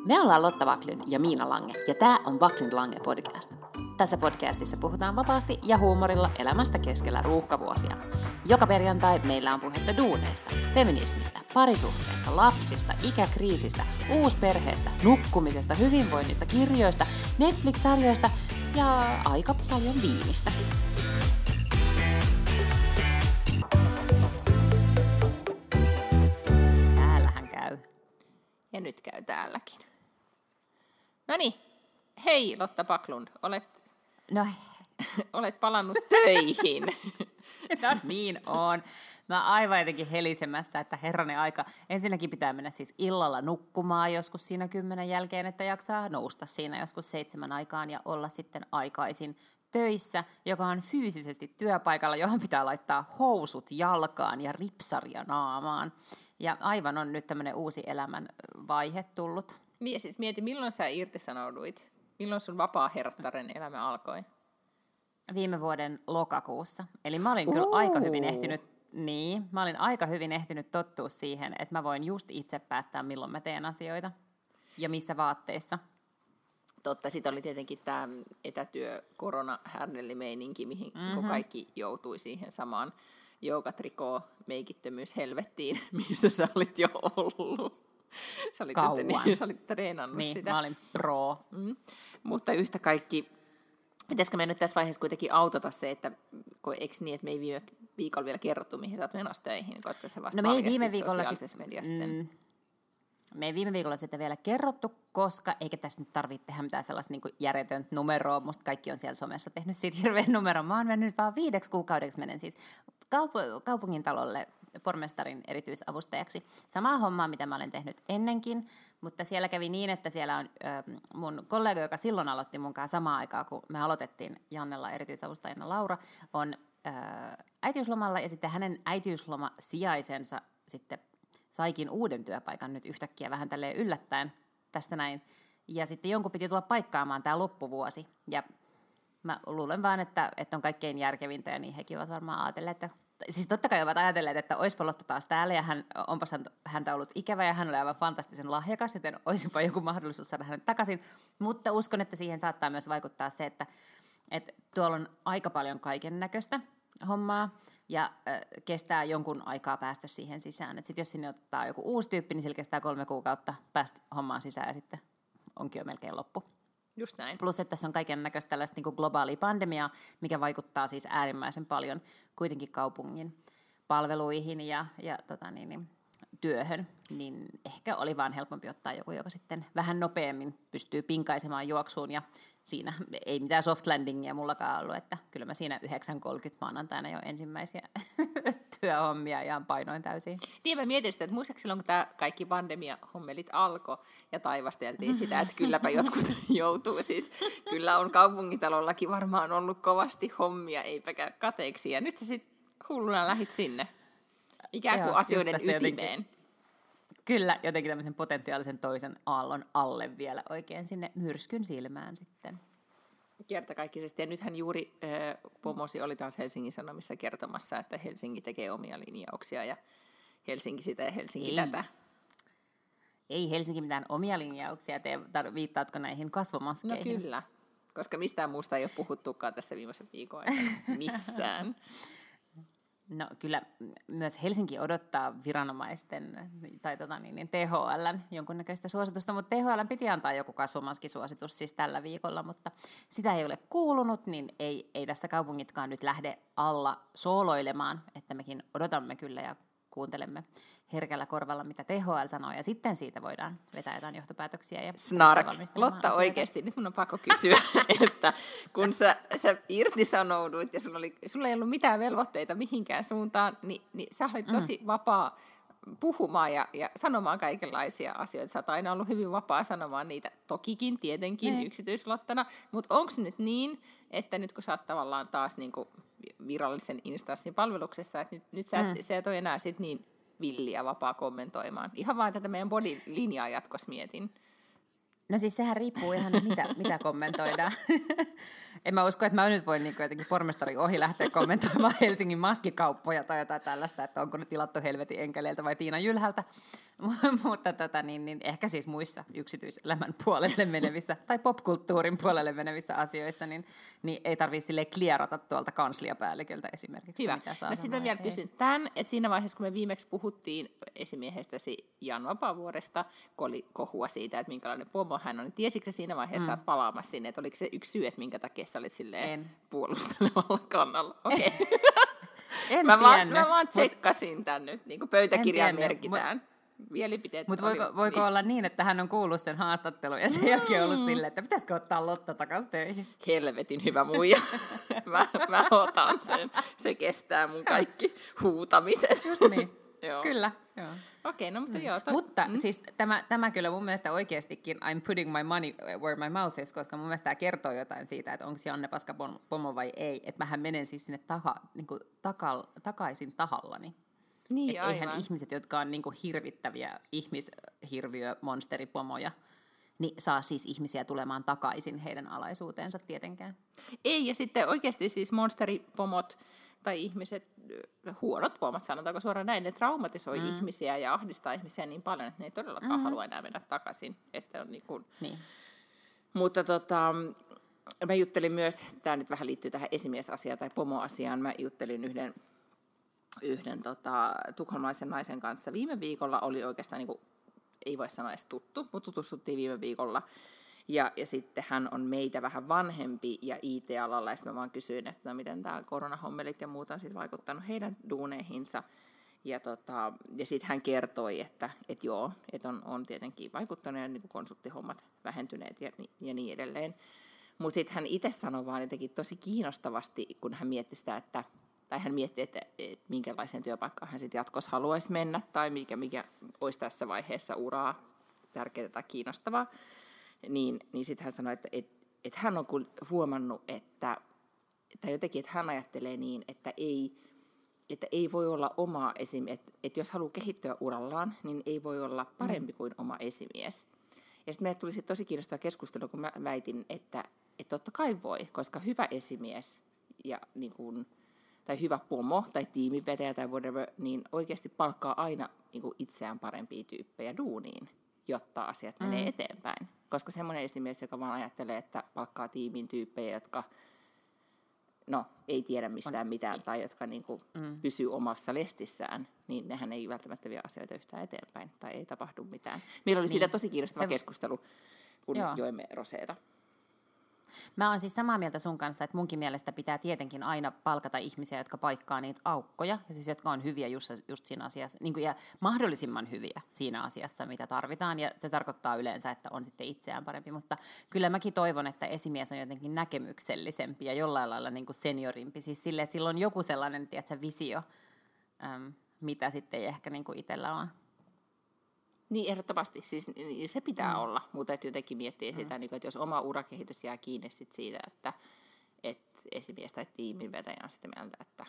Me ollaan Lotta Backlund ja Miina Lange, ja tää on Backlund Lange podcast. Tässä podcastissa puhutaan vapaasti ja huumorilla elämästä keskellä ruuhkavuosia. Joka perjantai meillä on puhetta duuneista, feminismistä, parisuhteesta, lapsista, ikäkriisistä, uusperheestä, nukkumisesta, hyvinvoinnista, kirjoista, Netflix-sarjoista ja aika paljon viinistä. Täällähän käy. Ja nyt käy täälläkin. Noniin, hei Lotta Backlund, olet palannut töihin. No niin on. Mä aivan jotenkin helisemässä, että herranen aika. Ensinnäkin pitää mennä siis illalla nukkumaan joskus siinä 10 jälkeen, että jaksaa nousta siinä joskus 7 aikaan ja olla sitten aikaisin töissä, joka on fyysisesti työpaikalla, johon pitää laittaa housut jalkaan ja ripsaria naamaan. Ja aivan on nyt tämmöinen uusi elämän vaihe tullut. Niin siis mieti, milloin sä irtisanouduit? Milloin sun vapaa-herttaren elämä alkoi? Viime vuoden lokakuussa. Eli mä olin kyllä aika hyvin ehtinyt tottua siihen, että mä voin just itse päättää, milloin mä teen asioita ja missä vaatteissa. Totta, sitten oli tietenkin tämä etätyö-korona-härnellimeininki, mihin kun kaikki joutui siihen samaan joukatrikoo-meikittömyys-helvettiin, missä sä olit jo ollut. Sä olit treenannut sitä. Mä olin pro. Mutta yhtä kaikki, pitäisikö me nyt tässä vaiheessa kuitenkin autata se, että eikö niin, että me ei viime viikolla vielä kerrottu, mihin sä oot menossa töihin, koska se vasta paljastit sosiaalisessa mediassa sen. Me ei viime viikolla sitä vielä kerrottu, koska eikä tässä nyt tarvitse tehdä mitään sellaista niin kuin järjetöntä numeroa. Musta kaikki on siellä somessa tehnyt siitä hirveän numeron. Mä oon mennyt vaan 5 kuukaudeksi menen siis kaupungintalolle pormestarin erityisavustajaksi. Samaa hommaa, mitä mä olen tehnyt ennenkin, mutta siellä kävi niin, että siellä on mun kollega, joka silloin aloitti mun kanssa samaan aikaan, kun me aloitettiin Jannella erityisavustajana Laura, on äitiyslomalla ja sitten hänen äitiyslomasiaisensa sitten saikin uuden työpaikan nyt yhtäkkiä vähän tälleen yllättäen tästä näin. Ja sitten jonkun piti tulla paikkaamaan tämä loppuvuosi. Ja mä luulen vaan, että on kaikkein järkevintä ja niin hekin ovat varmaan ajatelleet, että siis totta kai ovat ajatelleet, että oispa Lotta taas täällä ja onpas häntä ollut ikävä ja hän oli aivan fantastisen lahjakas, joten olisipa joku mahdollisuus saada hänet takaisin. Mutta uskon, että siihen saattaa myös vaikuttaa se, että tuolla on aika paljon kaiken näköistä hommaa ja kestää jonkun aikaa päästä siihen sisään. Sitten jos sinne ottaa joku uusi tyyppi, niin sillä kestää 3 kuukautta päästä hommaan sisään ja sitten onkin jo melkein loppu. Just näin. Plus, että tässä on kaiken näköistä tällaista niin kuin globaalia pandemiaa, mikä vaikuttaa siis äärimmäisen paljon kuitenkin kaupungin palveluihin ja työhön, niin ehkä oli vaan helpompi ottaa joku, joka sitten vähän nopeammin pystyy pinkaisemaan juoksuun, ja siinä ei mitään soft landingia mullakaan ollut, että kyllä mä siinä 9.30 maanantaina jo ensimmäisiä työhommia ja painoin täysin. Niin mä mietin sitä, että muistaakseni silloin, kun tämä kaikki pandemia-hommelit alkoi ja taivasteltiin sitä, että kylläpä jotkut joutuu, siis kyllä on kaupungintalollakin varmaan ollut kovasti hommia, eipä käy kateeksi, ja nyt sä sitten hulluna lähit sinne. Ikään kuin asioiden ytimeen. Kyllä, jotenkin tämmöisen potentiaalisen toisen aallon alle vielä oikein sinne myrskyn silmään sitten. Kertakaikkisesti. Ja nythän juuri pomosi oli taas Helsingin Sanomissa kertomassa, että Helsinki tekee omia linjauksia ja Helsinki sitä ja Helsinki tätä. Ei Helsinki mitään omia linjauksia tee. Viittaatko näihin kasvomaskeihin? No kyllä, koska mistään muusta ei ole puhuttukaan tässä viimeisen viikon aikana missään. No kyllä myös Helsinki odottaa viranomaisten tai THL:n jonkunnäköistä suositusta, mutta THL:n piti antaa joku kasvomaskisuositus siis tällä viikolla, mutta sitä ei ole kuulunut, niin ei tässä kaupungitkaan nyt lähde alla sooloilemaan, että mekin odotamme kyllä ja kuuntelemme herkällä korvalla, mitä THL sanoo, ja sitten siitä voidaan vetää jotain johtopäätöksiä. Ja Snark. Lotta, oikeasti, nyt mun on pakko kysyä, että kun sä irtisanouduit ja sulla ei ollut mitään velvoitteita mihinkään suuntaan, niin sä olit tosi vapaa puhumaan ja sanomaan kaikenlaisia asioita. Sä oot aina ollut hyvin vapaa sanomaan niitä, tokikin, tietenkin, yksityislottana, mutta onko nyt niin, että nyt kun sä oot tavallaan taas niinku virallisen instanssin palveluksessa, että nyt sä et ole enää sit niin villiä vapaa kommentoimaan. Ihan vaan tätä meidän body-linjaa jatkossa mietin. No siis sehän riippuu ihan, mitä kommentoidaan. En mä usko, että mä nyt voin jotenkin pormestarin ohi lähteä kommentoimaan Helsingin maskikauppoja tai jotain tällaista, että onko ne tilattu Helvetin enkeleiltä vai Tiina Jylhältä. Mutta niin ehkä siis muissa yksityiselämän puolelle menevissä tai popkulttuurin puolelle menevissä asioissa, niin ei tarvitse silleen klierata tuolta kansliapäälliköltä esimerkiksi. Hyvä. Mitä saa No sitten mä vielä kysyn tämän, että siinä vaiheessa, kun me viimeksi puhuttiin esimiehestäsi Jan Vapaavuoresta, kun oli kohua siitä, että minkälainen pomo hän on, niin tiesitkö siinä vaiheessa olet palaamassa sinne, että oliko se yksi syy, että minkä takia sä olit silleen puolustelevalla kannalla? Okei. Okay. Mä vaan tsekkasin tämän nyt, niin kuin pöytäkirjaan merkitään. Mutta voiko olla niin, että hän on kuullut sen haastattelun ja sen jälkeen ollut silleen, että pitäisikö ottaa Lotta takaisin töihin? Helvetin hyvä muija. mä otan sen. Se kestää mun kaikki huutamiset. Just niin. Kyllä. Okei, no mutta joo. Mutta siis tämä kyllä mun mielestä oikeastikin I'm putting my money where my mouth is, koska mun mielestä tämä kertoo jotain siitä, että onko Janne paska pomo vai ei. Että mähän menen siis sinne takaisin tahallani. Niin, eihän ihmiset, jotka on niinku hirvittäviä ihmishirviö-monsteripomoja, niin saa siis ihmisiä tulemaan takaisin heidän alaisuuteensa tietenkään. Ei, ja sitten oikeasti siis monsteripomot tai ihmiset, huonot pomot, sanotaanko suoraan näin, ne traumatisoi ihmisiä ja ahdistaa ihmisiä niin paljon, että ne ei todellakaan halua enää mennä takaisin. Että on niin. Mutta mä juttelin myös, tämä nyt vähän liittyy tähän esimiesasiaan tai pomoasiaan, mä juttelin yhden tukholmalaisen naisen kanssa. Viime viikolla oli oikeastaan, niin kuin, ei voi sanoa edes tuttu, mutta tutustuttiin viime viikolla. Ja sitten hän on meitä vähän vanhempi ja IT-alalla, ja sitten mä vaan kysyin, että miten tämä koronahommelit ja muuta on siis vaikuttanut heidän duuneihinsa. Ja sitten hän kertoi, että joo, että on tietenkin vaikuttanut ja niin konsulttihommat vähentyneet ja niin edelleen. Mutta sitten hän itse sanoi vaan jotenkin tosi kiinnostavasti, kun hän mietti sitä, tai hän mietti, että minkälaiseen työpaikkaan hän sitten jatkossa haluaisi mennä, tai mikä olisi tässä vaiheessa uraa tärkeää tai kiinnostavaa, niin sitten hän sanoi, että hän on huomannut, että jotenkin, että hän ajattelee niin, että ei voi olla oma esimies, että jos haluaa kehittyä urallaan, niin ei voi olla parempi kuin oma esimies. Ja sitten meille tuli tosi kiinnostava keskustelu, kun mä väitin, että totta kai voi, koska hyvä esimies ja niin kuin, tai hyvä pomo tai tiimivetäjä tai whatever, niin oikeasti palkkaa aina niin kuin itseään parempia tyyppejä duuniin, jotta asiat menee eteenpäin. Koska semmoinen esimies, joka vaan ajattelee, että palkkaa tiimin tyyppejä, jotka ei tiedä mistään mitään tai jotka niin kuin pysyy omassa lestissään, niin nehän ei välttämättä vie asioita yhtään eteenpäin tai ei tapahdu mitään. Meillä oli siitä tosi kiinnostava keskustelu, kun joimme roseeta. Mä oon siis samaa mieltä sun kanssa, että munkin mielestä pitää tietenkin aina palkata ihmisiä, jotka paikkaa niitä aukkoja, ja siis jotka on hyviä just siinä asiassa, niin kuin, ja mahdollisimman hyviä siinä asiassa, mitä tarvitaan, ja se tarkoittaa yleensä, että on sitten itseään parempi, mutta kyllä mäkin toivon, että esimies on jotenkin näkemyksellisempi ja jollain lailla niin kuin seniorimpi, siis silleen, että sillä on joku sellainen, tiedätkö, visio, mitä sitten ei ehkä niin kuin itsellä on. Niin, ehdottomasti. Siis se pitää olla, mutta että jotenkin miettii sitä, että jos oma urakehitys jää kiinni siitä, että esimies tai tiiminvetäjä on sitä mieltä, että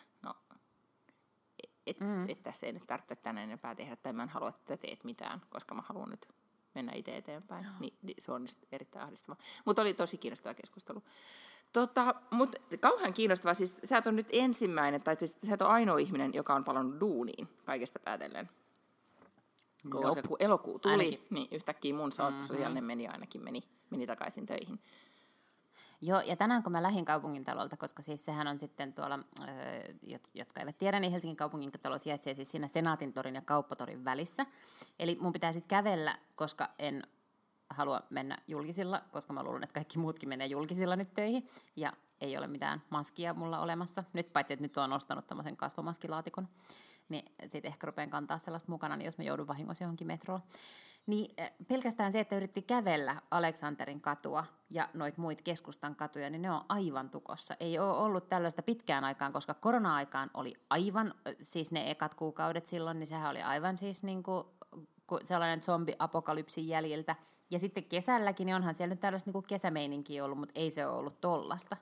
tässä ei nyt tarvitse tänne enempää tehdä, tai mä en halua, että teet mitään, koska mä haluan nyt mennä itse eteenpäin. Niin se on erittäin ahdistavaa. Mutta oli tosi kiinnostava keskustelu. Mutta kauhean kiinnostavaa, siis sä et ole nyt ensimmäinen, tai siis sä et ole ainoa ihminen, joka on palannut duuniin kaikesta päätellen. Koska kun elokuu tuli, ainakin. Niin yhtäkkiä mun sosiaalinen media ainakin meni takaisin töihin. Joo, ja tänään kun mä lähdin kaupungintalolta, koska siis sehän on sitten tuolla, jotka eivät tiedä, niin Helsingin kaupungintalo sijaitsee siis siinä Senaatintorin ja Kauppatorin välissä. Eli mun pitää sitten kävellä, koska en halua mennä julkisilla, koska mä luulen, että kaikki muutkin menee julkisilla nyt töihin. Ja ei ole mitään maskia mulla olemassa. Nyt paitsi, että nyt olen ostanut tämmöisen kasvomaskilaatikon. Niin sitten ehkä rupean kantaa sellaista mukana, niin jos mä joudun vahingossa johonkin metroon. Niin pelkästään se, että yritti kävellä Aleksanterin katua ja noit muita keskustan katuja, niin ne on aivan tukossa. Ei ole ollut tällaista pitkään aikaan, koska korona-aikaan oli aivan, siis ne ekat kuukaudet silloin, niin sehän oli aivan siis niin kuin sellainen zombi-apokalypsin jäljiltä. Ja sitten kesälläkin, niin onhan siellä nyt tällaista niin kuin kesämeininkiä ollut, mutta ei se ole ollut tollasta.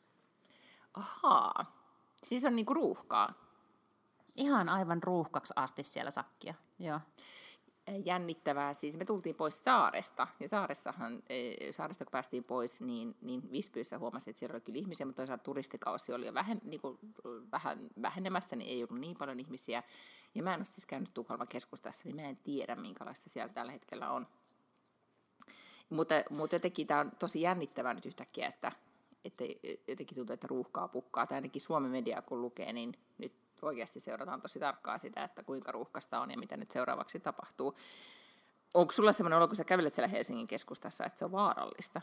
Ahaa, siis on niinku ruuhkaa. Ihan aivan ruuhkaksi asti siellä sakkia, joo. jännittävää. Siis me tultiin pois saaresta, ja saaresta kun päästiin pois, niin Visbyssä huomasin, että siellä oli kyllä ihmisiä, mutta toisaalta turistikausi oli jo vähän vähenemässä, niin ei ollut niin paljon ihmisiä. Ja mä en ole siis käynyt Tukholman keskustassa, niin mä en tiedä, minkälaista siellä tällä hetkellä on. Mutta jotenkin tämä on tosi jännittävää nyt yhtäkkiä, että jotenkin tuntuu, että ruuhkaa pukkaa. Tai ainakin Suomen media kun lukee, niin nyt oikeasti seurataan tosi tarkkaa sitä, että kuinka ruuhkasta on ja mitä nyt seuraavaksi tapahtuu. Onko sulla sellainen olo, kun sä kävelet siellä Helsingin keskustassa, että se on vaarallista?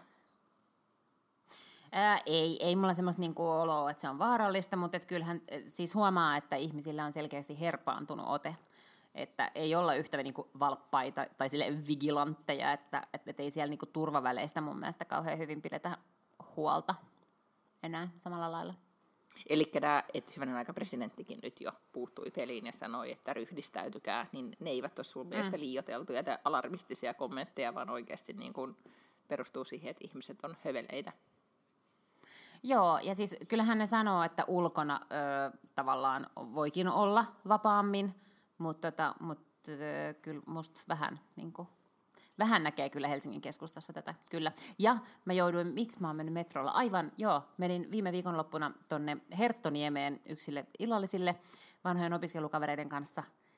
Ei mulla semmoista niinku oloa, että se on vaarallista, mutta kyllähän siis huomaa, että ihmisillä on selkeästi herpaantunut ote. Että ei olla yhtä niinku valppaita tai sille vigilantteja, että ei siellä niinku turvaväleistä mun mielestä kauhean hyvin pidetä huolta enää samalla lailla. Eli tämä, että hyvänen aika presidenttikin nyt jo puuttui peliin ja sanoi, että ryhdistäytykää, niin ne eivät ole sun mielestä liioiteltuja tai alarmistisia kommentteja, vaan oikeasti niin kuin perustuu siihen, että ihmiset on höveleitä. Joo, ja siis kyllähän ne sanoo, että ulkona tavallaan voikin olla vapaammin, mutta kyllä musta vähän näkee kyllä Helsingin keskustassa tätä, kyllä. Ja mä jouduin, miksi mä oon mennyt metrolla? Menin viime viikonloppuna tonne Herttoniemeen yksille illallisille vanhojen opiskelukavereiden kanssa.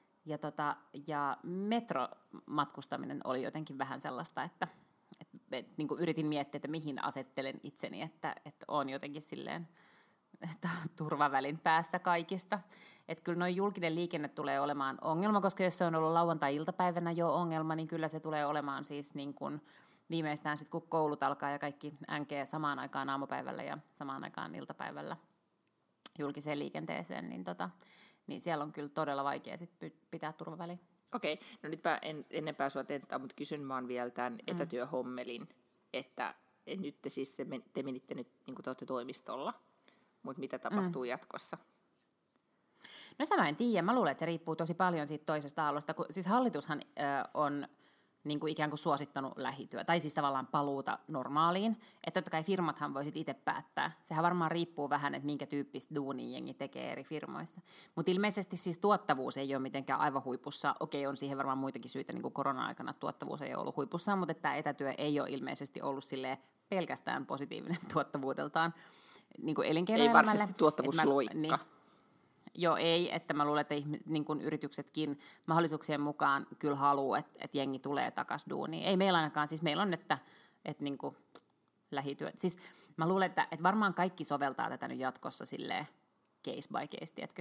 Ja metromatkustaminen oli jotenkin vähän sellaista, että niin kuin yritin miettiä, että mihin asettelen itseni, että on jotenkin silleen turvavälin päässä kaikista. Että kyllä noin julkinen liikenne tulee olemaan ongelma, koska jos se on ollut lauantai-iltapäivänä jo ongelma, niin kyllä se tulee olemaan siis niin kuin viimeistään sitten, kun koulut alkaa ja kaikki änkee samaan aikaan aamupäivällä ja samaan aikaan iltapäivällä julkiseen liikenteeseen, niin siellä on kyllä todella vaikea sit pitää turvaväliä. Okei, no nyt mä en enempää sua tentaa, mutta kysyn vaan vielä tämän etätyöhommelin, että nyt te menitte nyt, niin kuin te olette toimistolla, mutta mitä tapahtuu jatkossa? No sitä mä en tiedä. Mä luulen, että se riippuu tosi paljon siitä toisesta aallosta. Siis hallitushan on niin kuin ikään kuin suosittanut lähityö, tai siis tavallaan paluuta normaaliin. Että totta kai firmathan voisit itse päättää. Sehän varmaan riippuu vähän, että minkä tyyppistä duunia jengi tekee eri firmoissa. Mutta ilmeisesti siis tuottavuus ei ole mitenkään aivan huipussa. Okei, on siihen varmaan muitakin syitä, niin kuin korona-aikana tuottavuus ei ole ollut huipussaan, mutta tämä etätyö ei ole ilmeisesti ollut pelkästään positiivinen tuottavuudeltaan niin kuin elinkeinoelämälle. Ei varsinaisesti tuottavuusloikka. Joo, ei, että mä luulen, että niin kuin yrityksetkin mahdollisuuksien mukaan kyllä haluaa, että jengi tulee takaisin duuniin. Ei meillä ainakaan, siis meillä on, että niin kuin lähityö. Siis mä luulen, että varmaan kaikki soveltaa tätä nyt jatkossa silleen case by case, tiedätkö?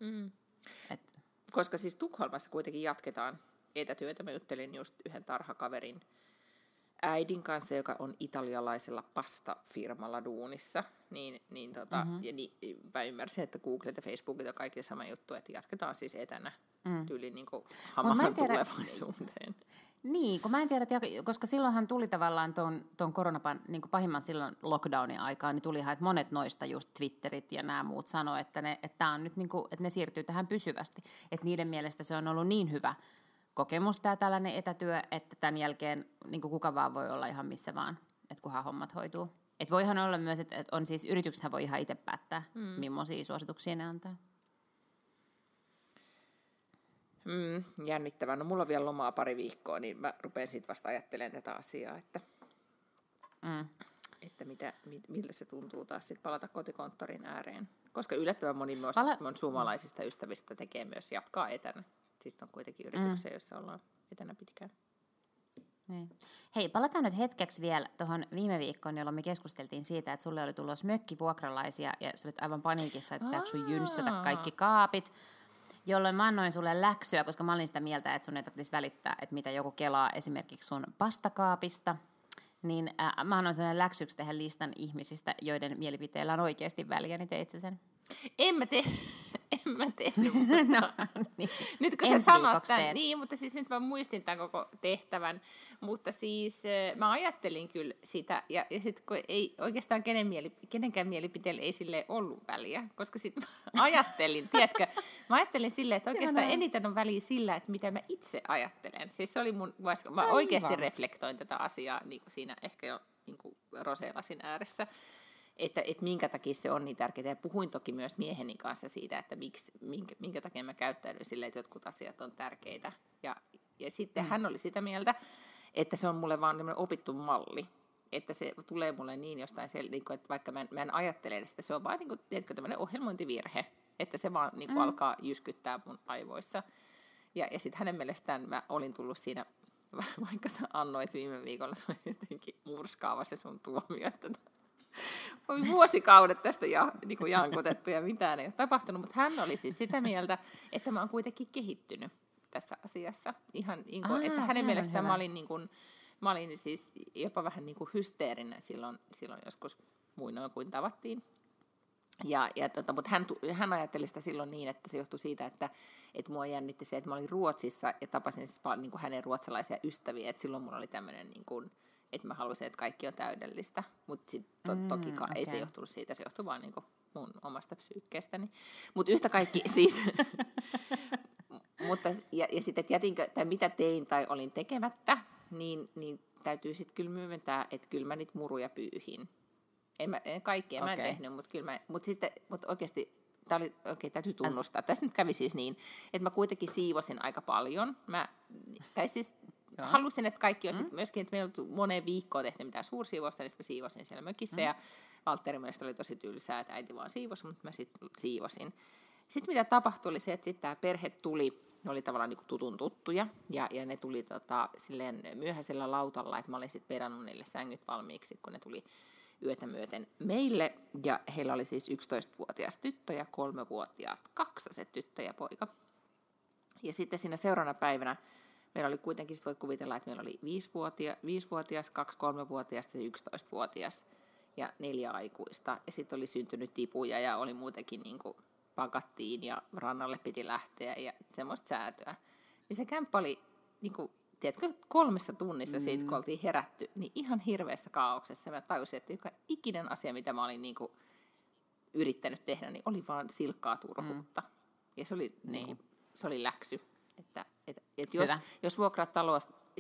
Koska siis Tukholmassa kuitenkin jatketaan etätyötä. Mä juttelin just yhden tarhakaverin äidin kanssa, joka on italialaisella pastafirmalla duunissa, ja mä ymmärsin, että Googlet ja Facebookit ja kaikki sama juttu, että jatketaan siis etänä tyyliin niin kuin hamahan tulevaisuuteen. Niin, kun mä en tiedä, koska silloinhan tuli tavallaan tuon koronapan niin kuin pahimman silloin lockdownin aikaan, niin tulihan, että monet noista just Twitterit ja nämä muut sanoi, että on nyt niin kuin, että ne siirtyy tähän pysyvästi, että niiden mielestä se on ollut niin hyvä kokemus tämä tällainen etätyö, että tämän jälkeen niin kuin kuka vaan voi olla ihan missä vaan, että kunhan hommat hoituu. Että voihan olla myös, että on siis yrityksethän voi ihan itse päättää, millaisia suosituksia ne antaa. Jännittävää. No mulla on vielä lomaa pari viikkoa, niin mä rupean siitä vasta ajattelemaan tätä asiaa, että miltä se tuntuu taas sit palata kotikonttorin ääreen. Koska yllättävän moni mun suomalaisista ystävistä tekee myös jatkaa etänä. Siis on kuitenkin yrityksiä, joissa ollaan etänä pitkään. Niin. Hei, palataan nyt hetkeksi vielä tuohon viime viikkoon, jolloin me keskusteltiin siitä, että sulle oli tulossa mökkivuokralaisia ja sä olit aivan paniikissa, että pitääkö sun jynssätä kaikki kaapit, jolloin mä annoin sulle läksyä, koska mä olin sitä mieltä, että sun ei tarvitsisi välittää, että mitä joku kelaa esimerkiksi sun pastakaapista, niin mä annoin sulle läksyksi tehdä listan ihmisistä, joiden mielipiteillä on oikeasti väliä, niin teit sä sen? En mä tehnyt. No, niin. Nyt kun sä sanot tämän, niin, mutta siis nyt mä muistin tämän koko tehtävän, mutta siis mä ajattelin kyllä sitä, ja sitten kun ei oikeastaan kenenkään mielipiteellä ei sille ollut väliä, koska sitten mä ajattelin, tiedätkö, mä ajattelin silleen, että oikeastaan eniten on väliä sillä, että mitä mä itse ajattelen. Siis se oli mä oikeasti reflektoin tätä asiaa niin kuin siinä ehkä jo niin kuin roseelasin ääressä. Että minkä takia se on niin tärkeää. Ja puhuin toki myös mieheni kanssa siitä, että minkä takia mä käyttäydyn silleen, että jotkut asiat on tärkeitä. Ja Ja sitten hän oli sitä mieltä, että se on mulle vaan opittu malli. Että se tulee mulle niin jostain, että vaikka mä en ajattele sitä, se on vaan tiedätkö, tämmöinen ohjelmointivirhe, että se vaan alkaa jyskyttää mun aivoissa. Ja sitten hänen mielestään mä olin tullut siinä, vaikka sä annoit viime viikolla, se oli jotenkin murskaava se sun tuomio, että oli vuosikaudet tästä jankutettu ja mitään ei ole tapahtunut, mutta hän oli siis sitä mieltä, että mä oon kuitenkin kehittynyt tässä asiassa. Ihan, että hänen mielestään mä olin siis jopa vähän hysteerinen silloin joskus muinoin kuin tavattiin. Mutta hän ajatteli sitä silloin niin, että se johtui siitä, että mua jännitti se, että mä olin Ruotsissa ja tapasin siis hänen ruotsalaisia ystäviä, että silloin mulla oli tämmöinen, että mä halusin, että kaikki on täydellistä, mutta tokikaan ei se johtunut siitä, se johtui vaan mun omasta psyykkeestäni. Mutta yhtä kaikki siis, mutta, ja sitten, että jätinkö, tai mitä tein tai olin tekemättä, niin täytyy sitten kyllä myöntää, että kyllä mä niitä muruja pyyhin. Kaikkea mä en tehnyt, mutta oikeasti täytyy tunnustaa. Tässä nyt kävi siis niin, että mä kuitenkin siivosin aika paljon. Halusin, että kaikki olisi myöskin, että meillä ei ollut moneen viikkoon tehty mitään suursiivousta, niin mä siivosin siellä mökissä. Ja Valtterin mielestä oli tosi tylsää, että äiti vaan siivosi, mutta mä sitten siivosin. Sitten mitä tapahtui oli se, että sitten tämä perhe tuli, ne oli tavallaan tutun tuttuja, ja ne tuli silleen myöhäisellä lautalla, että mä olin sitten perannut niille sängyt valmiiksi, kun ne tuli yötä myöten meille, ja heillä oli siis 11-vuotias tyttö ja 3-vuotiaat kaksoset tyttö ja poika. Ja sitten siinä seuraavana päivänä meillä oli kuitenkin, voi kuvitella, että meillä oli 5-vuotias, 2 3-vuotias ja 11-vuotias ja 4 aikuista. Ja sitten oli syntynyt tipuja ja oli muutenkin pakattiin ja rannalle piti lähteä ja semmoista säätöä. Niin se kämppä oli, tiedätkö, 3 tunnissa siitä, kun oltiin herätty, niin ihan hirveässä kaauksessa. Mä tajusin, että joka ikinen asia, mitä mä olin yrittänyt tehdä, niin oli vaan silkkaa turhuutta. Ja se oli, se oli läksy. Että jos vuokraat taloa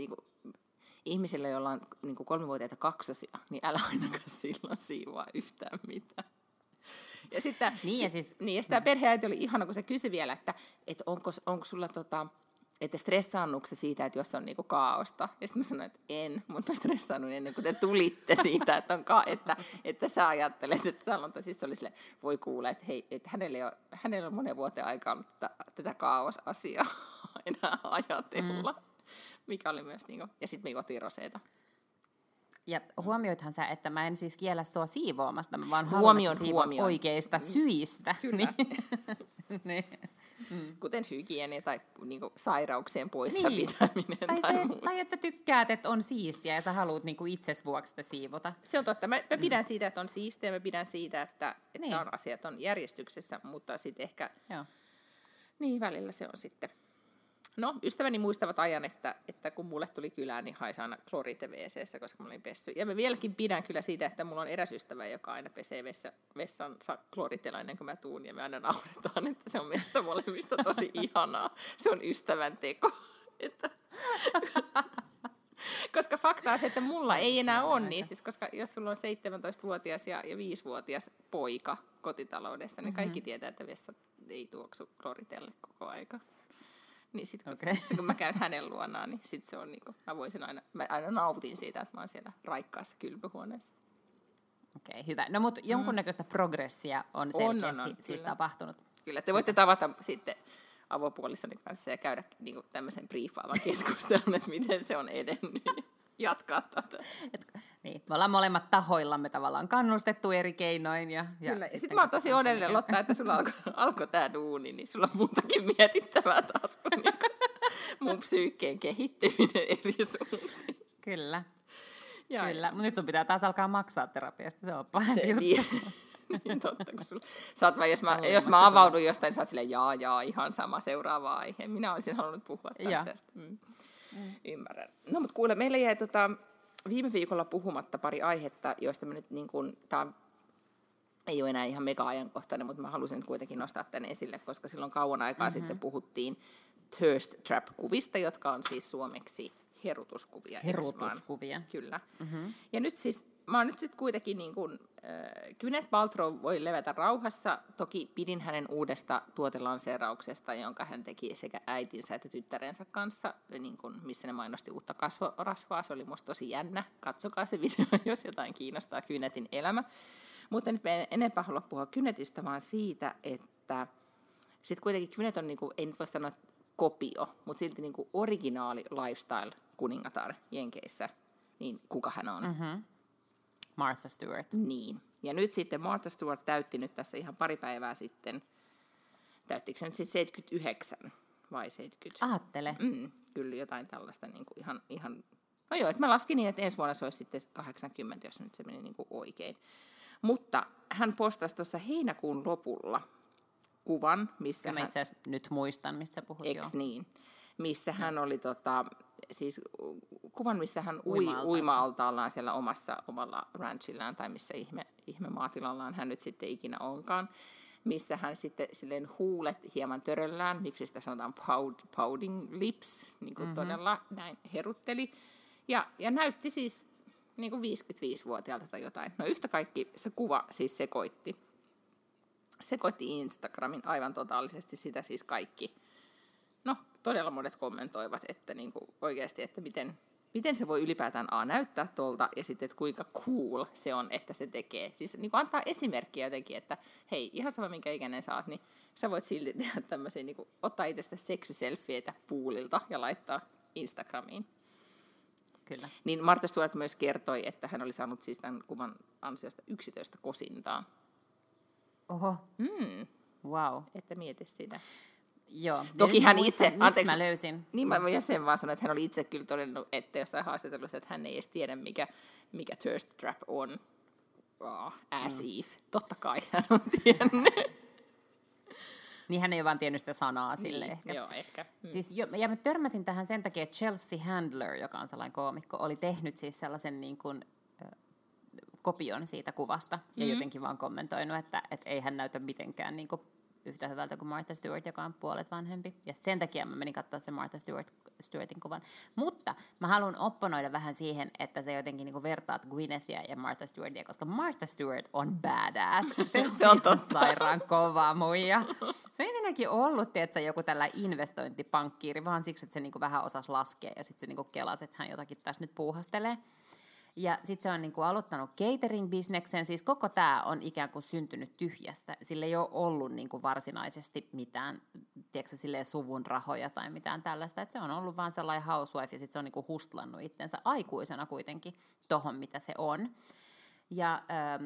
ihmisille, joilla on 3-vuotiaita kaksosia, niin älä ainakaan silloin siivoa yhtään mitään. Ja sitten ja sitä perheäiti oli ihana, kun se kysyi vielä, että onko sulla että stressaannuuko se siitä, että jos on kaaosta. Ja sitten mä sanoin, että en, mutta mä stressaannut ennen kuin te tulitte siitä, että sä ajattelet, että täällä on siis oli sille, voi kuulla, että hei, että hänellä on monen vuoteen aikaa ollut tätä kaosasiaa enää ajatella, mikä oli myös ja sitten me juotiin roseeta. Ja huomioithan sä, että mä en siis kiellä sua siivoamasta, mä vaan haluan, että siivoat oikeista syistä. Kyllä. Niin. Kuten hygienia tai sairauksien poissa pitäminen. Tai että sä tykkäät, että on siistiä ja sä haluat itses vuoksi sitä siivota. Se on totta. Mä pidän siitä, että on siistiä, mä pidän siitä, että on asiat on järjestyksessä, mutta sitten ehkä niin välillä se on sitten. No, ystäväni muistavat ajan, että kun mulle tuli kylään, niin haisi aina klorite WC:ssä, koska mä olin pessy. Ja mä vieläkin pidän kyllä siitä, että mulla on eräs ystävä, joka aina pesee vessansa kloritella ennen kuin mä tuun. Ja me aina nauretaan, että se on meistä molemmista tosi ihanaa. Se on ystävän teko. Koska fakta on se, että mulla ei enää ole niin. Siis koska jos sulla on 17-vuotias ja 5-vuotias poika kotitaloudessa, niin kaikki tietää, että vessa ei tuoksu kloritelle koko aika. Niin sitten kun mä käyn hänen luonaan, niin sit se on mä aina nautin siitä, että mä oon siellä raikkaassa kylpyhuoneessa. Okei, hyvä. No mutta jonkunnäköistä progressia on selkeästi siis tapahtunut. Kyllä, te voitte tavata sitten avopuolisoni kanssa ja käydä tämmöisen briefaavan keskustelun, että miten se on edennyt. Jatkaa tätä. Niin, me ollaan molemmat tahoillamme tavallaan kannustettu eri keinoin. Kyllä, ja sitten mä oon tosi onnellinen, Lotta, että sulla alkoi tää duuni, niin sulla on muutakin mietittävää taas kuin mun psyykkeen kehittyminen eri suuntiin. Kyllä. Kyllä, mutta nyt sun pitää taas alkaa maksaa terapiasta, se on pahempi juttu. Niin totta, kun sulla, jos mä avaudun jostain, niin sä oot silleen, jaa, ihan sama, seuraava aihe. Minä olisin halunnut puhua tästä. Ymmärrän. No, mutta kuule, meillä jäi viime viikolla puhumatta pari aihetta, joista me nyt tää ei ole enää ihan mega-ajankohtainen, mutta mä halusin kuitenkin nostaa tänne esille, koska silloin kauan aikaa sitten puhuttiin thirst trap-kuvista, jotka on siis suomeksi herutuskuvia. Herutuskuvia. Kyllä. Ja nyt siis mä oon nyt sitten kuitenkin niin kuin, Gwyneth Paltrow voi levätä rauhassa. Toki pidin hänen uudesta tuotelanseerauksesta, jonka hän teki sekä äitinsä että tyttärensä kanssa, niin kuin, missä ne mainosti uutta kasvorasvaa. Se oli musta tosi jännä. Katsokaa se video, jos jotain kiinnostaa Gwynethin elämä. Mutta nyt me en enempää halua puhua Gwynethistä, vaan siitä, että sitten kuitenkin Gwyneth on, niin kuin, ei nyt voi sanoa kopio, mutta silti niin kuin originaali lifestyle-kuningatar Jenkeissä. Niin kuka hän on? Mm-hmm. Martha Stewart. Niin. Ja nyt sitten Martha Stewart täytti nyt tässä ihan pari päivää sitten, täyttikö se nyt siis 79 vai 70? Ajattele. Kyllä jotain tällaista niin kuin ihan. No joo, että mä laskin niin, että ensi vuonna se olisi sitten 80, jos nyt se meni niin kuin oikein. Mutta hän postasi tuossa heinäkuun lopulla kuvan, missä mä itse asiassa nyt muistan, mistä sä puhut jo. Niin? Missä hän oli siis kuvan, missä hän uima-altaallaan siellä omalla ranchillään, tai missä ihme maatilallaan hän nyt sitten ikinä onkaan, missä hän sitten silleen huulet hieman töröllään, miksi sitä sanotaan pouting lips, niin kuin todella näin herutteli, ja näytti siis niin kuin 55-vuotiaalta tai jotain. No yhtä kaikki se kuva siis sekoitti Instagramin aivan totaalisesti, sitä siis kaikki. No, todella monet kommentoivat, että niinku oikeasti, että miten se voi ylipäätään näyttää tuolta, ja sitten, että kuinka cool se on, että se tekee. Siis niinku antaa esimerkkiä jotenkin, että hei, ihan sama minkä ikäinen sä oot, niin sä voit silti tehdä tämmöisiä, niinku, ottaa itsestä seksiselfieitä puulilta ja laittaa Instagramiin. Kyllä. Niin Martha Stewart myös kertoi, että hän oli saanut siis tämän kuvan ansiosta 11 kosintaa. Oho. Wow. Että mieti sitä. Joo. Toki hän itse, miksi mä löysin. Niin mä voin sen vaan sanoa, että hän oli itse kyllä todennut, että jostain haastattelussa, että hän ei edes tiedä, mikä thirst trap on. As if. Totta kai hän on tiennyt. Niin hän ei ole vaan tiennyt sitä sanaa sille ehkä. Joo, ehkä. Siis ja mä törmäsin tähän sen takia, että Chelsea Handler, joka on sellainen koomikko, oli tehnyt siis sellaisen niin kuin, kopion siitä kuvasta ja jotenkin vaan kommentoinut, että ei hän näytä mitenkään niin kuin yhtä hyvältä kuin Martha Stewart, joka on puolet vanhempi. Ja sen takia mä menin katsoa sen Martha Stewartin kuvan. Mutta mä haluan opponoida vähän siihen, että se jotenkin niin kuin vertaat Gwynethia ja Martha Stewartia, koska Martha Stewart on badass. Se on totta. Sairaan kova muija. Se on ensinnäkin ollut, tiedätkö, joku tällä investointipankkiiri, vaan siksi, että se niin kuin vähän osasi laskea ja sitten se niin kuin kelasi, että hän jotakin tässä nyt puuhastelee. Ja sitten se on niinku aloittanut catering-bisneksen, siis koko tämä on ikään kuin syntynyt tyhjästä. Sillä ei ole ollut niinku varsinaisesti mitään, tiedätkö, silleen suvun rahoja tai mitään tällaista. Et se on ollut vaan sellainen housewife ja sitten se on niinku hustlannut itsensä aikuisena kuitenkin tohon, mitä se on. Ja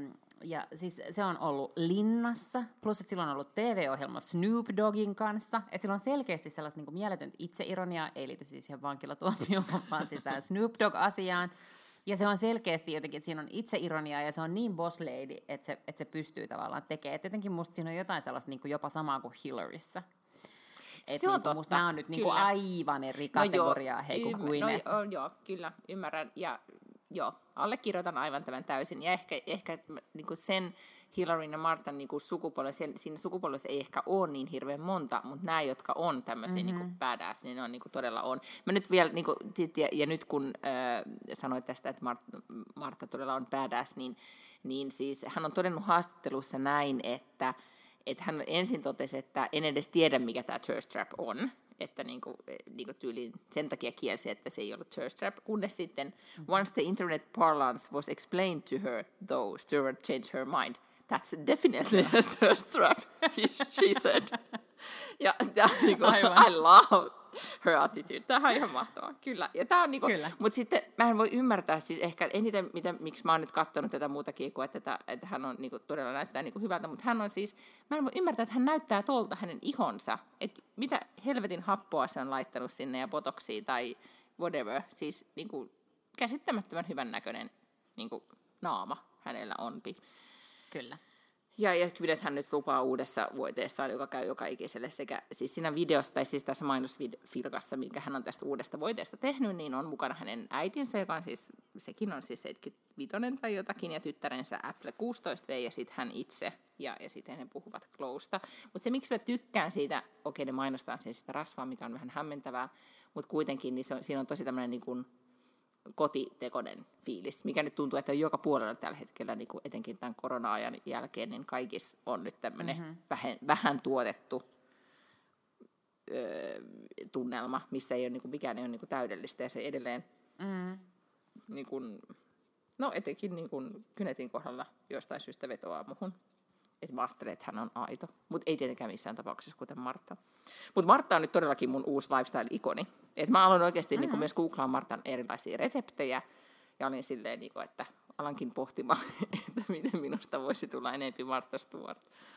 siis se on ollut linnassa, plus että sillä on ollut TV-ohjelma Snoop Doggin kanssa, että sillä on selkeästi sellaista niinku mieletöntä itseironiaa, ei liity siis siihen vankilatuomioon, vaan sitä Snoop Dogg-asiaan. Ja se on selkeästi jotenkin, että siinä on itseironiaa ja se on niin boss lady, että se pystyy tavallaan tekemään. Että jotenkin musta siinä on jotain sellaista niin kuin jopa samaa kuin Hillaryssa. Se on totta. Musta nämä on nyt niin kuin aivan eri kategoriaa kuin Gwyneth. Joo, kyllä, ymmärrän. Ja joo, allekirjoitan aivan tämän täysin. Ja ehkä niin kuin sen Hillaryn ja Marthan niin kuin siinä sukupolvessa ei ehkä ole niin hirveän monta, mutta nämä, jotka on tämmöisiä niin kuin badass, niin ne on niin kuin todella on. Mä nyt vielä, niin kuin, ja nyt kun sanoit tästä, että Martha todella on badass, niin siis hän on todennut haastattelussa näin, että hän ensin totesi, että en edes tiedä, mikä tämä thirst trap on. Että niinku tyyliin sen takia kielsi, että se ei ollut thirst trap, kunnes sitten once the internet parlance was explained to her, though Stewart changed her mind. That's definitely a thirst trap, she said. Ja niinku, I love her attitude. Tämä on ihan mahtavaa, kyllä. Ja tää on niinku, mutta sitten mä en voi ymmärtää siis ehkä eniten, miksi mä oon nyt katsonut tätä muutakin kuin, että hän on niinku, todella näyttää niinku hyvältä, mutta hän on siis, mä en voi ymmärtää, että hän näyttää tuolta hänen ihonsa, että mitä helvetin happoa se on laittanut sinne ja botoksia tai whatever, siis niinku, käsittämättömän hyvän näköinen niinku, naama hänellä onpi. Kyllä. Ja Gwyneth hän nyt lupaa uudessa voiteessaan, joka käy joka ikiselle sekä siis siinä videossa, tai siis tässä mainosfilkassa, minkä hän on tästä uudesta voiteesta tehnyt, niin on mukana hänen äitinsä, joka on siis, sekin on siis 75 tai jotakin, ja tyttärensä Apple 16V, ja sitten hän itse, ja sitten he puhuvat Glowsta. Mutta se, miksi mä tykkään siitä, okei, ne mainostaa sen sitä rasvaa, mikä on vähän hämmentävää, mutta kuitenkin niin siinä on tosi tämmöinen niin kuin kotitekoinen fiilis, mikä nyt tuntuu, että joka puolella tällä hetkellä, niin kuin etenkin tämän korona-ajan jälkeen, niin kaikissa on nyt tämmöinen vähän tuotettu tunnelma, missä ei ole, niin kuin, mikään ei ole niin kuin täydellistä, ja se edelleen, niin kuin, no etenkin niin kuin Kynetin kohdalla jostain syystä vetoaa muhun. Että mä ajattelen, että hän on aito. Mutta ei tietenkään missään tapauksessa, kuten Martta. Mutta Martta on nyt todellakin mun uusi lifestyle-ikoni. Että mä aloin oikeasti niin myös googlaamaan Martan erilaisia reseptejä. Ja olin silleen, niin kuin, että alankin pohtimaan, että miten minusta voisi tulla enempi Martha Stewart.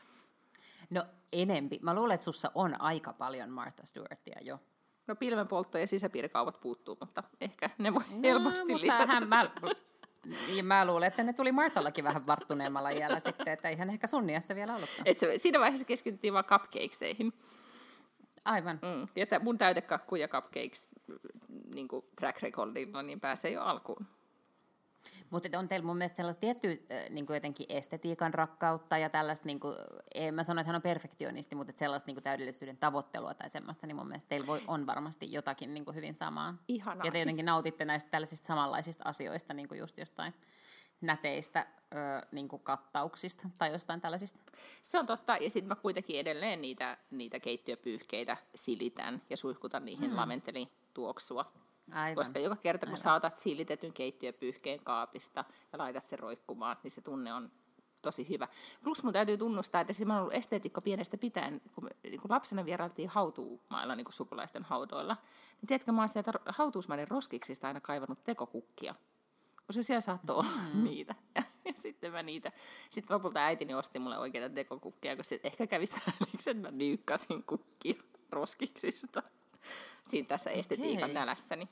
No enempi. Mä luulen, että sussa on aika paljon Martha Stewartia jo. No pilvenpoltto ja sisäpiirikaupat puuttuu, mutta ehkä ne voi helposti lisätä. Mä luulen, että ne tuli Martallakin vähän varttuneemmalla iällä sitten, että eihän ehkä sun iässä vielä ollutkaan. Siinä vaiheessa keskityttiin vaan cupcakeseihin. Aivan. Ja mun täytekakku ja cupcakes niin kuin track recordilla, niin pääsee jo alkuun. Mutta on teillä mun mielestä sellaista tiettyä niin kuin jotenkin estetiikan rakkautta ja tällaista, niin kuin, en mä sano, että hän on perfektionisti, mutta sellaista niin kuin täydellisyyden tavoittelua tai semmoista, niin mun mielestä teillä on varmasti jotakin niin kuin hyvin samaa. Ihanaa. Ja te jotenkin nautitte näistä tällaisista samanlaisista asioista, niin kuin just jostain näteistä niin kuin kattauksista tai jostain tällaisista. Se on totta, ja sitten mä kuitenkin edelleen niitä keittiöpyyhkeitä silitän ja suihkutan niihin laventelituoksua. Aivan. Koska joka kerta, kun saatat silitetyn keittiöpyyhkeen kaapista ja laitat sen roikkumaan, niin se tunne on tosi hyvä. Plus mun täytyy tunnustaa, että siis mä oon ollut esteetikko pienestä pitäen, kun lapsena vierailtiin hautuumailla niin sukulaisten haudoilla. Niin tiedätkö, mä oon sieltä hautuusmaiden roskiksista aina kaivannut tekokukkia, koska siellä saattoi olla niitä. Ja sitten mä niitä. Sitten lopulta äitini osti mulle oikeita tekokukkia, koska ehkä kävi sääliksi, että mä niykkasin kukkia roskiksista. Siinä tässä estetiikan nälässäni.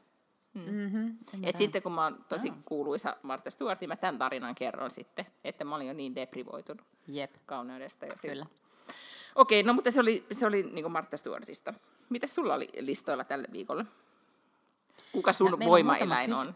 Et sitten kun mä oon tosi kuuluisa Martha Stewart, mä tämän tarinan kerron sitten, että mä olin jo niin deprivoitunut kauneudesta. Kyllä. Okei, no mutta se oli niin kuin Martha Stewartista. Mitäs sulla oli listoilla tälle viikolle? Kuka sun voimaeläin on?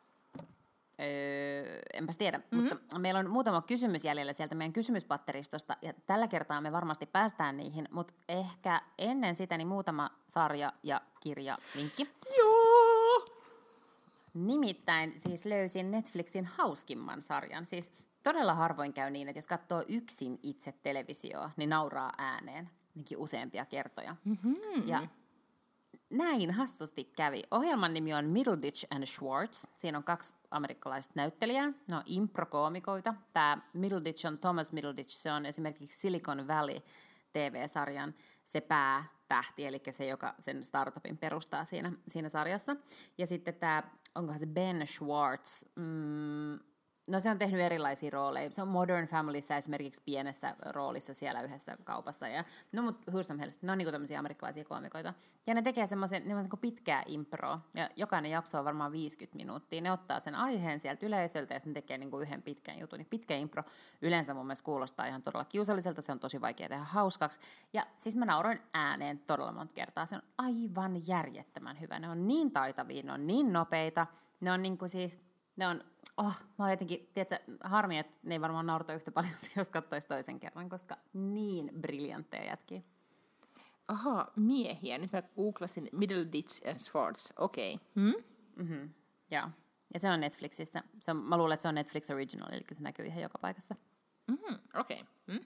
Enpäs tiedä, mutta meillä on muutama kysymys jäljellä sieltä meidän kysymyspatteristosta, ja tällä kertaa me varmasti päästään niihin, mutta ehkä ennen sitä niin muutama sarja- ja kirjavinkki. Joo! Nimittäin siis löysin Netflixin hauskimman sarjan. Siis todella harvoin käy niin, että jos katsoo yksin itse televisioa, niin nauraa ääneen, ainakin useampia kertoja. Ja näin hassusti kävi. Ohjelman nimi on Middleditch and Schwartz. Siinä on 2 amerikkalaista näyttelijää. Ne on improkoomikoita. Tämä Middleditch on Thomas Middleditch. Se on esimerkiksi Silicon Valley TV-sarjan se päätähti, eli se, joka sen startupin perustaa siinä sarjassa. Ja sitten tämä, onkohan se Ben Schwartz, no se on tehnyt erilaisia rooleja. Se on Modern Familyssä esimerkiksi pienessä roolissa siellä yhdessä kaupassa. Ja, no mutta ne on niinku tämmöisiä amerikkalaisia koomikoita. Ja ne tekee semmoisen pitkää improa. Ja jokainen jakso on varmaan 50 minuuttia. Ne ottaa sen aiheen sieltä yleisöltä ja sitten ne tekee niinku yhden pitkän jutun. Ja pitkä impro yleensä mun mielestä kuulostaa ihan todella kiusalliselta. Se on tosi vaikea tehdä hauskaksi. Ja siis mä nauroin ääneen todella monta kertaa. Se on aivan järjettömän hyvä. Ne on niin taitavia, ne on niin nopeita. Ne on niinku siis, mä oon jotenkin, tiedätkö, harmi, että ne ei varmaan naurata yhtä paljon, jos katsoisi toisen kerran, koska niin briljantteja jätkiä. Aha, miehiä. Nyt mä googlasin Middleditch and Schwartz. Okei. Joo. Ja se on Netflixissä. Mä luulen, että se on Netflix Original, eli se näkyy ihan joka paikassa. Okei.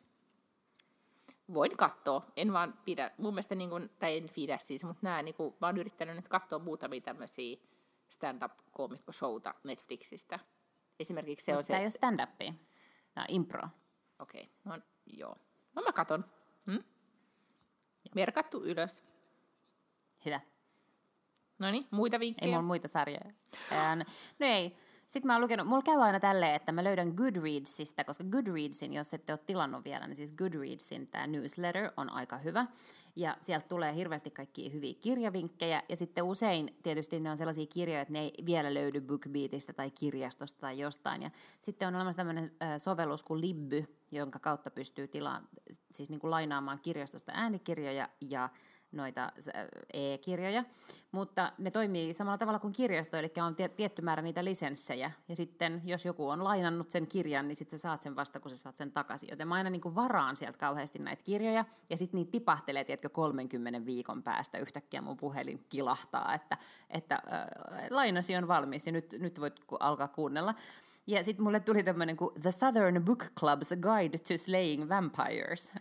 Voin katsoa. En vaan pidä. Mun mielestä, niin kun, tai en pidä siis, mutta mä oon yrittänyt nyt katsoa muutamia tämmöisiä stand-up-koomikko-showta Netflixistä. Esimerkiksi se on se... Tämä ei ole stand-upia. Tämä on impro. Okei. No, joo. No mä katon. Merkattu ylös. Hyvä. Noniin, muita vinkkejä? Ei mulla muita sarjoja. No ei. Sitten mä oon lukenut, mulla käy aina tälleen, että mä löydän Goodreadsista, koska Goodreadsin, jos ette ole tilannut vielä, niin siis Goodreadsin tämä newsletter on aika hyvä. Ja sieltä tulee hirveästi kaikkia hyviä kirjavinkkejä, ja sitten usein tietysti ne on sellaisia kirjoja, että ne ei vielä löydy BookBeatista tai kirjastosta tai jostain. Ja sitten on olemassa tämmöinen sovellus kuin Libby, jonka kautta pystyy siis niin kuin lainaamaan kirjastosta äänikirjoja ja noita e-kirjoja, mutta ne toimii samalla tavalla kuin kirjasto, eli on tietty määrä niitä lisenssejä, ja sitten jos joku on lainannut sen kirjan, niin sitten sä saat sen vasta, kun sä saat sen takaisin, joten mä aina niin kuin varaan sieltä kauheasti näitä kirjoja, ja sitten niitä tipahtelee, tiedätkö, 30 viikon päästä yhtäkkiä mun puhelin kilahtaa, että lainasi on valmis, ja nyt voit alkaa kuunnella. Ja sitten mulle tuli tämmöinen kuin The Southern Book Club's Guide to Slaying Vampires.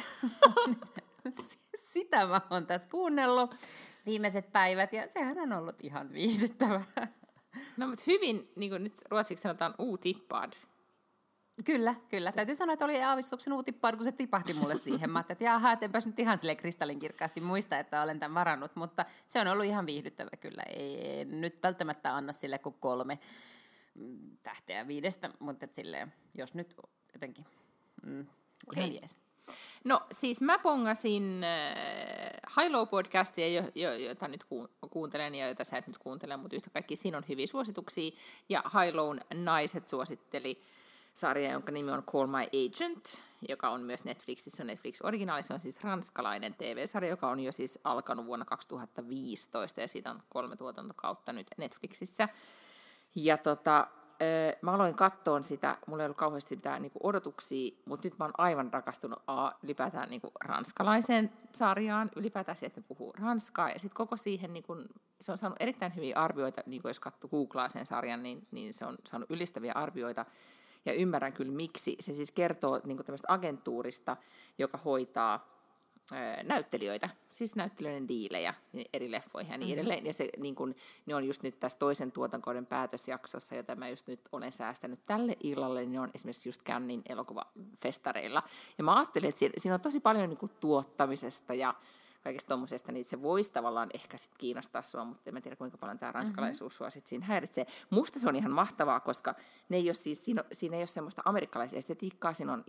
Sitä mä oon tässä kuunnellut viimeiset päivät, ja sehän on ollut ihan viihdyttävää. No, mutta hyvin, niin kuin nyt ruotsiksi sanotaan utippad. Kyllä. Täytyy sanoa, että oli aavistuksen utippad, kun se tipahti mulle siihen. Mä ajattelin, että jaha, et enpäs nyt ihan silleen kristallinkirkkaasti muista, että olen tämän varannut, mutta se on ollut ihan viihdyttävä kyllä. Ei nyt välttämättä anna sille kuin 3 tähteä 5, mutta silleen, jos nyt jotenkin ihan jees. No siis mä pongasin High Low podcastia, jota nyt kuuntelen ja jota sä et nyt kuuntele, mutta yhtä kaikki siinä on hyviä suosituksia. Ja High Lown naiset suositteli sarja, jonka nimi on Call My Agent, joka on myös Netflixissä, Netflix-originaali. Se on siis ranskalainen TV-sarja, joka on jo siis alkanut vuonna 2015 ja siitä on 3 tuotantokautta nyt Netflixissä. Ja mä aloin katsoa sitä, mulla ei ollut kauheasti mitään niinku odotuksia, mutta nyt mä oon aivan rakastunut ylipäätään niinku ranskalaiseen sarjaan, ylipäätään se, että ne puhuu ranskaa, ja sitten koko siihen, niinku, se on saanut erittäin hyviä arvioita, niinku jos googlaa sen sarjan, niin se on saanut ylistäviä arvioita, ja ymmärrän kyllä miksi. Se siis kertoo niinku tämmöistä agentuurista, joka hoitaa näyttelijöitä, siis näyttelijöiden diilejä eri leffoihin ja niin edelleen. Ja se, niin kun, ne on just nyt tässä toisen tuotantokauden päätösjaksossa, jota mä just nyt olen säästänyt tälle illalle, niin ne on esimerkiksi just Cannesin elokuvafestareilla. Ja mä ajattelin, että siinä on tosi paljon niin kuin tuottamisesta ja kaikesta tommosesta, niin se voisi tavallaan ehkä sit kiinnostaa sua, mutta en mä tiedä kuinka paljon tämä ranskalaisuus sua sit siinä häiritsee. Musta se on ihan mahtavaa, koska ne ei ole siis, siinä ei ole semmoista amerikkalaisestetiikkaa, siinä on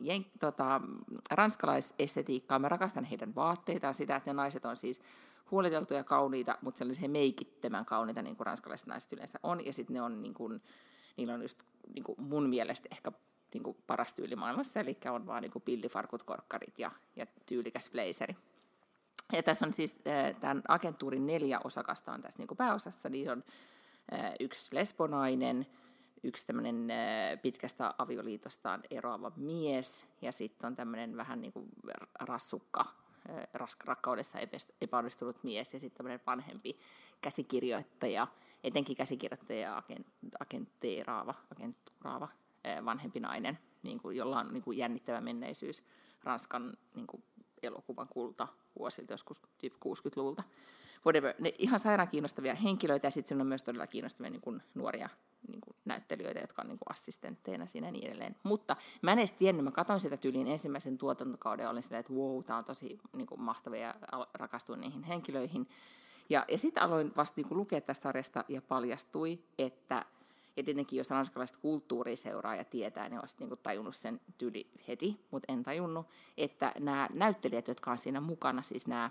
ranskalaisestetiikkaa. Mä rakastan heidän vaatteitaan, sitä, että ne naiset on siis huoliteltuja ja kauniita, mutta sellaisia meikittömän kauniita, niin kuin ranskalaiset naiset yleensä on. Ja sitten ne on, niin kuin, niillä on just niin kuin mun mielestä ehkä niin kuin paras tyyli maailmassa, eli on vaan niin kuin pillifarkut, korkkarit ja tyylikäs blazeri. Ja tässä on siis tämän agentuurin 4 osakasta on tässä niin kuin pääosassa, niin on yksi lesbonainen, yksi tämmöinen pitkästä avioliitostaan eroava mies, ja sitten on tämmöinen vähän niin kuin rassukka, rakkaudessa epäonnistunut mies, ja sitten tämmöinen vanhempi käsikirjoittaja, etenkin käsikirjoittaja agentuuraava vanhempi nainen, niin kuin, jolla on niin kuin jännittävä menneisyys Ranskan niin kuin elokuvan kulta vuosilta, joskus 60-luvulta. Whatever. Ne ihan sairaan kiinnostavia henkilöitä, ja sitten on myös todella kiinnostavia niin kuin nuoria niin kuin näyttelijöitä, jotka on niin kuin assistentteina siinä ja niin edelleen. Mutta mä en edes tiennyt, mä katsoin sitä tyyliin ensimmäisen tuotantokauden ja olin silleen, että wow, tää on tosi niin kuin mahtavia ja rakastuin niihin henkilöihin. Ja sitten aloin vasta niin kuin lukea tästä sarjasta ja paljastui, että ja tietenkin, jos ranskalaista kulttuuria seuraa ja tietää, niin olisi niin tajunnut sen tyyli heti, mutta en tajunnut, että nämä näyttelijät, jotka on siinä mukana, siis nämä,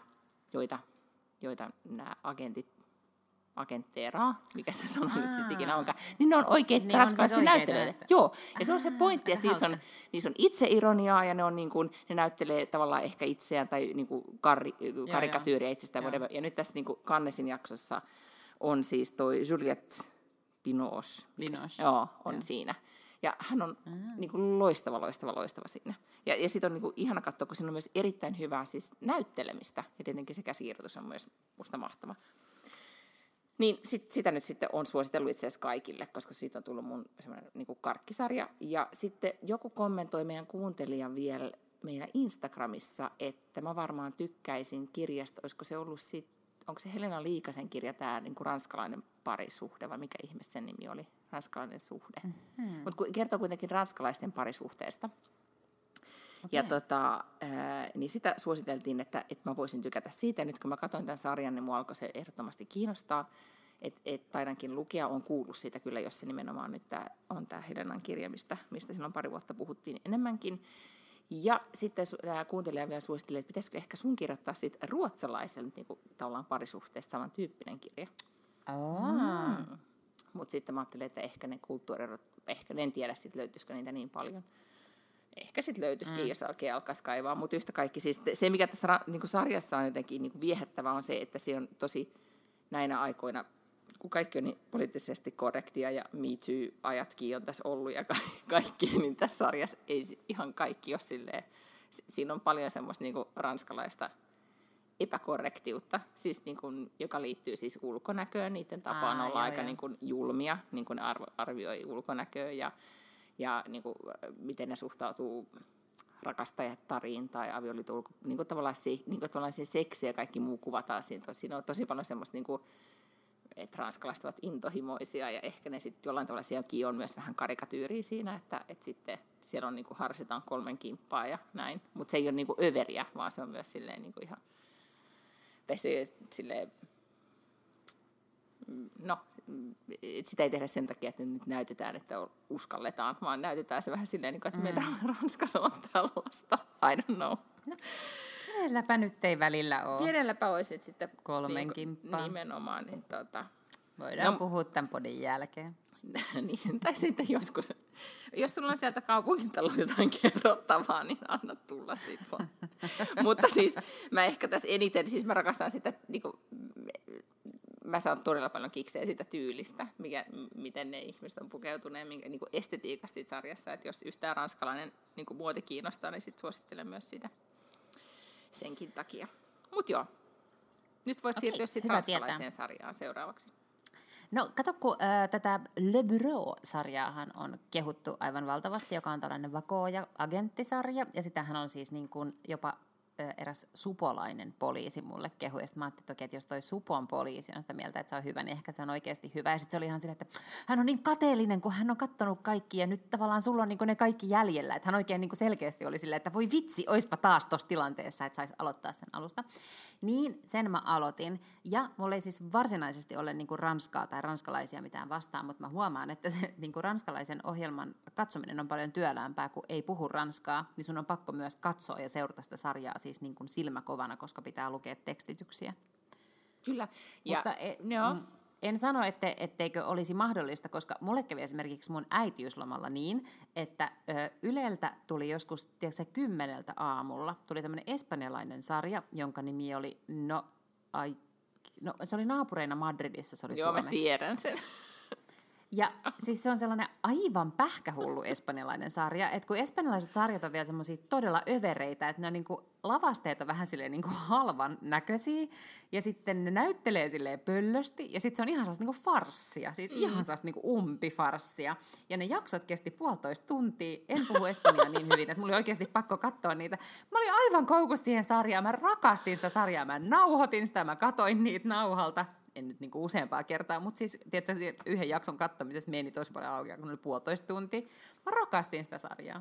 joita nämä agentteeraa, mikä se sana nyt sitten ikinä onkaan, niin ne on oikeita niin ranskalaisia näyttelijöitä. Joo, ja se on se pointti, että niissä on itseironiaa ja ne, on niin kuin, ne näyttelee tavallaan ehkä itseään tai niin kuin karikatyyriä itsestään. Ja nyt tässä niin kuin Cannesin jaksossa on siis toi Juliette Binoche. Joo, on siinä. Ja hän on niin kuin loistava siinä. Ja sitten on niin kuin ihana katsoa, kun siinä on myös erittäin hyvää siis näyttelemistä. Ja tietenkin se käsikirjoitus on myös musta mahtava. Niin sitä nyt sitten on suositellut itse asiassa kaikille, koska siitä on tullut mun semmoinen niin kuin karkkisarja. Ja sitten joku kommentoi meidän kuuntelijan vielä meidän Instagramissa, että mä varmaan tykkäisin kirjasta. Olisiko se ollut sitten, onko se Helena Liikasen kirja, tämä niin kuin ranskalainen parisuhde, vai mikä ihme sen nimi oli? Ranskalainen suhde. Mm-hmm. Mutta kertoo kuitenkin ranskalaisten parisuhteesta. Okay. Ja niin sitä suositeltiin, että mä voisin tykätä siitä. Ja nyt kun mä katsoin tämän sarjan, niin mua alkoi se ehdottomasti kiinnostaa. Että taidankin lukea, on kuullut siitä kyllä, jos se nimenomaan nyt on tämä Helenan kirja, mistä silloin pari vuotta puhuttiin enemmänkin. Ja sitten kuuntelija vielä suositteli, että pitäisikö ehkä sun kirjoittaa siitä ruotsalaiselle niin kuin tavallaan parisuhteessa samantyyppinen kirja. Mutta sitten mä ajattelin, että ehkä ne kulttuurierot, ehkä en tiedä, sit löytyisikö niitä niin paljon. ehkä sitten löytyisikin, jos oikein alkaisi kaivaa, mutta yhtä kaikki. Siis se, mikä tässä niin sarjassa on jotenkin niin viehättävää, on se, että se on tosi näinä aikoina, kun kaikki on niin poliittisesti korrektia ja Me Too-ajatkin on tässä ollut ja kaikki, niin tässä sarjassa ei ihan kaikki ole silleen. Siinä on paljon semmoista niin kuin ranskalaista epäkorrektiutta, siis niin kuin, joka liittyy siis ulkonäköön. Niiden tapaan olla aika niin kuin julmia, niin kuin ne arvioi ulkonäköä ja niin kuin, miten ne suhtautuu rakastajattariin tai avioliiton niin kuin tavallaan seksi ja kaikki muu kuvataan siinä. Siinä on tosi paljon semmoista, niin kuin, että ranskalaiset ovat intohimoisia ja ehkä ne sitten jollain tavalla sielläkin on myös vähän karikatyyriä siinä, että sitten siellä on niin kuin harsitaan 3 kimppaa ja näin. Mutta se ei ole niin kuin överiä, vaan se on myös silleen niin kuin ihan silleen, no, sitä ei tehdä sen takia, että nyt näytetään, että uskalletaan, vaan näytetään se vähän silleen, että meillä Ranskassa on tällaista. I don't know. No, kenelläpä nyt ei välillä ole? Kenelläpä olisi sitten 3 kimppaa. Nimenomaan. Niin, voidaan puhua tämän podin jälkeen. Niin, tai sitten joskus, jos sulla on sieltä kaupunkitalolta jotain kerrottavaa, niin anna tulla siitä vaan. Mutta siis mä ehkä tässä eniten, siis mä rakastan sitä, niin kuin, mä saan todella paljon kiksejä siitä tyylistä, miten ne ihmiset on pukeutuneet, niin kuin estetiikasta sarjassa, että jos yhtään ranskalainen niin kuin muoti kiinnostaa, niin sit suosittelen myös sitä senkin takia. Mut joo, nyt voit siirtyä sitten ranskalaiseen sarjaan seuraavaksi. No, kato, kun tätä Le Bureau-sarjaahan on kehuttu aivan valtavasti, joka on tällainen vakoo- ja agenttisarja, ja sitähän on siis niin kuin jopa eräs supolainen poliisi mulle kehui, ja sitten mä ajattelin, että jos toi supon poliisi on sitä mieltä, että se on hyvä, niin ehkä se on oikeasti hyvä, ja sitten se oli ihan silleen, että hän on niin kateellinen, kun hän on kattonut kaikki, ja nyt tavallaan sulla on niin kuin ne kaikki jäljellä, että hän oikein niin kuin selkeästi oli silleen, että voi vitsi, oispa taas tuossa tilanteessa, että saisi aloittaa sen alusta. Niin sen mä aloitin, ja mulla ei siis varsinaisesti ole niin kuin ranskaa tai ranskalaisia mitään vastaan, mutta mä huomaan, että se niin kuin ranskalaisen ohjelman katsominen on paljon työläämpää, kun ei puhu ranskaa, niin sun on pakko myös katsoa ja seurata sitä sarjaa siis niin kuin silmäkovana, koska pitää lukea tekstityksiä. Kyllä. Mutta en sano, etteikö olisi mahdollista, koska mulle kävi esimerkiksi mun äitiyslomalla niin, että Yleltä tuli joskus 10 aamulla, tuli tämmöinen espanjalainen sarja, jonka nimi oli, se oli naapureina Madridissa, se oli Joo, suomeksi. mä tiedän sen. Ja siis se on sellainen aivan pähkähullu espanjalainen sarja, että kun espanjalaiset sarjat on vielä semmoisia todella övereitä, että ne on niinku lavasteet on vähän silleen niinku halvan näköisiä, ja sitten ne näyttelee silleen pöllösti, ja sitten se on ihan sellaista niinku farssia, siis ihan sellaista niinku umpifarssia. Ja ne jaksot kesti 1,5 tuntia, en puhu espanjaa niin hyvin, että mulla oli oikeasti pakko katsoa niitä. Mä olin aivan koukussa siihen sarjaan, mä rakastin sitä sarjaa, mä nauhoitin sitä, mä katoin niitä nauhalta. En nyt niinku useampaa kertaa, mutta siis tiedätkö, yhden jakson katsomisessa meni tosi paljon auki, kun oli 1,5 tuntia. Mä rakastin sitä sarjaa.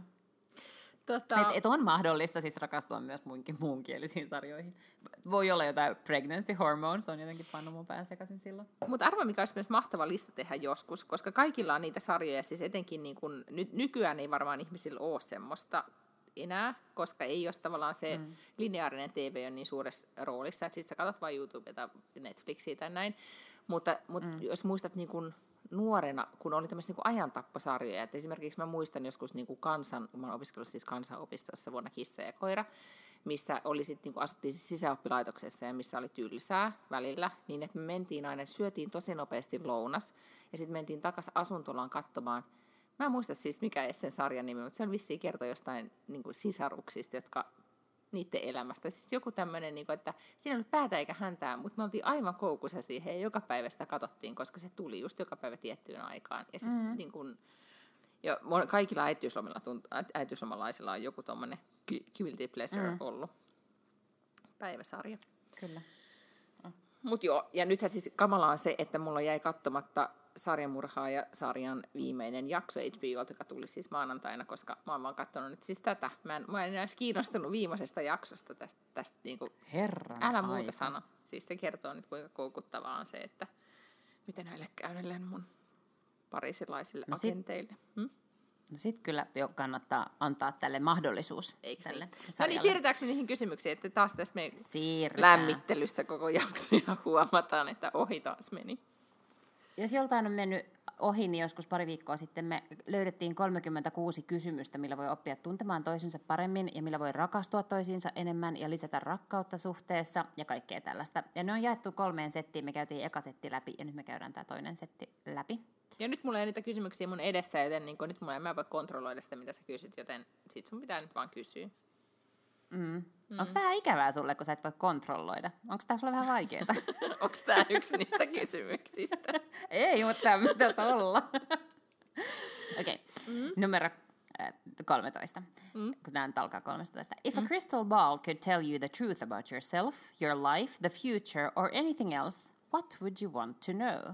Et on mahdollista siis rakastua myös muunkielisiin sarjoihin. Voi olla jotain pregnancy hormones, on jotenkin pannut mun pään sekaisin silloin. Mutta arvo, mikä olisi myös mahtava lista tehdä joskus, koska kaikilla on niitä sarjoja, siis etenkin niin kun, nykyään ei varmaan ihmisillä ole semmoista enää, koska ei ole tavallaan se lineaarinen TV on niin suuressa roolissa, että sit sä katsot vain YouTubea tai Netflixiä tai näin. Mutta jos muistat niin kun nuorena, kun oli tämmöisiä niin ajantapposarjoja, että esimerkiksi mä muistan joskus niin mä oon opiskellut siis kansanopistossa vuonna Kissa ja koira, missä oli sitten, niin asuttiin siis sisäoppilaitoksessa ja missä oli tylsää välillä, niin että me mentiin aina, syötiin tosi nopeasti lounas ja sitten mentiin takaisin asuntolaan katsomaan. Mä en muista siis mikä ei sen sarjan nimi, mutta se on vissiin kertoi jostain niin kuin sisaruksista, jotka niiden elämästä. Siis joku tämmöinen, niin kuin, että siinä ei ollut päätä eikä häntää, mutta me oltiin aivan koukussa siihen ja joka päivä sitä katsottiin, koska se tuli just joka päivä tiettyyn aikaan. Ja sitten niin kuin, ja kaikilla äitiyslomalaisilla on joku tommoinen guilty pleasure ollut päiväsarja. Kyllä. Mut joo, ja nythän siis kamala on se, että mulla jäi katsomatta Sarjamurhaaja-sarjan viimeinen jakso HBO:lta, joka tuli siis maanantaina, koska mä oon katsonut nyt siis tätä. Mä en enää kiinnostunut viimeisestä jaksosta tästä niinku, älä muuta sano. Siis se kertoo nyt, kuinka koukuttavaa on se, että miten näille käynnille mun parisilaisille agenteille. No sit kyllä jo kannattaa antaa tälle mahdollisuus. Eikö tälle niin? No niin, siirrytäänkö niihin kysymyksiin, että taas tässä me lämmittelystä koko jakso ja huomataan, että ohi taas meni. Jos joltain on mennyt ohi, niin joskus pari viikkoa sitten me löydettiin 36 kysymystä, millä voi oppia tuntemaan toisensa paremmin ja millä voi rakastua toisiinsa enemmän ja lisätä rakkautta suhteessa ja kaikkea tällaista. Ja ne on jaettu 3 settiin, me käytiin eka setti läpi ja nyt me käydään tämä toinen setti läpi. Ja nyt mulla ei niitä kysymyksiä mun edessä, joten niin nyt mulla mä voi kontrolloida sitä, mitä sä kysyt, joten sit sun pitää nyt vaan kysyä. Onko tämä ikävää sulle, kun sä et voi kontrolloida? Onko tämä sulle vähän vaikeaa? Onko tämä yksi niistä kysymyksistä? Ei, mutta tämä pitäisi olla. Okei, numero 13. Kun nämä nyt alkaa 13. If a crystal ball could tell you the truth about yourself, your life, the future or anything else, what would you want to know?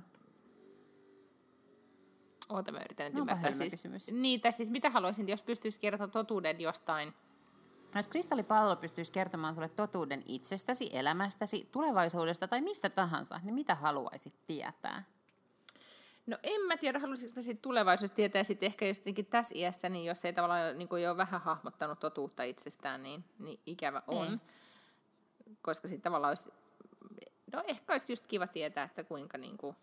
Oota, mä yritän nyt ymmärtää. Siis mitä haluaisin, jos pystyisi kertomaan totuuden jostain? Jos kristallipallo pystyisi kertomaan sulle totuuden itsestäsi, elämästäsi, tulevaisuudesta tai mistä tahansa, niin mitä haluaisit tietää? No en mä tiedä, haluaisinko mä siitä tulevaisuudesta tietää, ja sitten ehkä jotenkin tässä iässä, niin jos ei tavallaan niin jo vähän hahmottanut totuutta itsestään, niin ikävä on. Koska sitten tavallaan olisi, no ehkä olisi just kiva tietää, että kuinka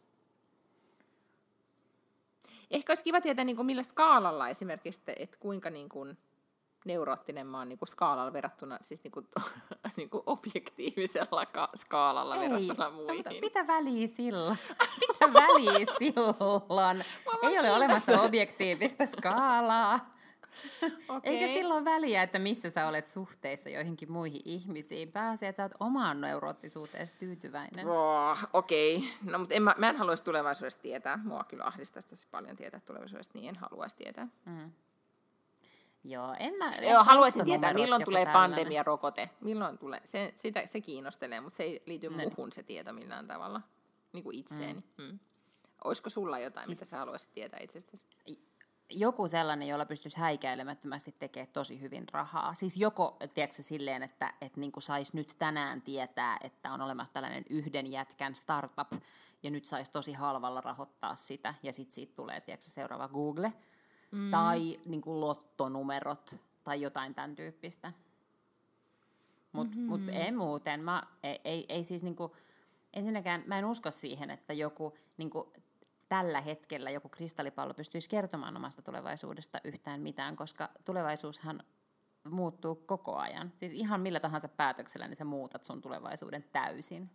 ehkä olisi kiva tietää millä skaalalla esimerkiksi, että kuinka neuroottinen mä oon skaalalla verrattuna, siis objektiivisella skaalalla verrattuna muihin. Mitä väliä silloin? Mitä väliä silloin? Ei ole olemassa objektiivista skaalaa. Okay. Eikä silloin väliä, että missä sä olet suhteessa joihinkin muihin ihmisiin. Pääsee, että sä oot omaan neuroottisuuteesi tyytyväinen. Okei. No, mutta mä en haluaisi tulevaisuudesta tietää. Mua kyllä ahdistaisi tosi paljon tietää tulevaisuudesta, niin en haluaisi tietää. Joo, haluaisin tietää, milloin tulee pandemiarokote. Milloin tulee. Se kiinnostelee, mutta se ei liity muuhun se tieto millään tavalla. Niin kuin itseeni. Olisiko sulla jotain, mitä sä haluaisit tietää itsestäsi? Joku sellainen, jolla pystyisi häikäilemättömästi tekemään tosi hyvin rahaa. Siis joko, tiedätkö silleen, että niin kuin saisi nyt tänään tietää, että on olemassa tällainen yhden jätkän startup, ja nyt saisi tosi halvalla rahoittaa sitä, ja sitten siitä tulee, tiedätkö, seuraava Google, tai niin kuin lottonumerot, tai jotain tämän tyyppistä. Mutta ei muuten. Ei siis niin kuin, ensinnäkään, mä en usko siihen, että joku niin kuin, tällä hetkellä joku kristallipallo pystyisi kertomaan omasta tulevaisuudesta yhtään mitään, koska tulevaisuushan muuttuu koko ajan. Siis ihan millä tahansa päätöksellä, niin sä muutat sun tulevaisuuden täysin.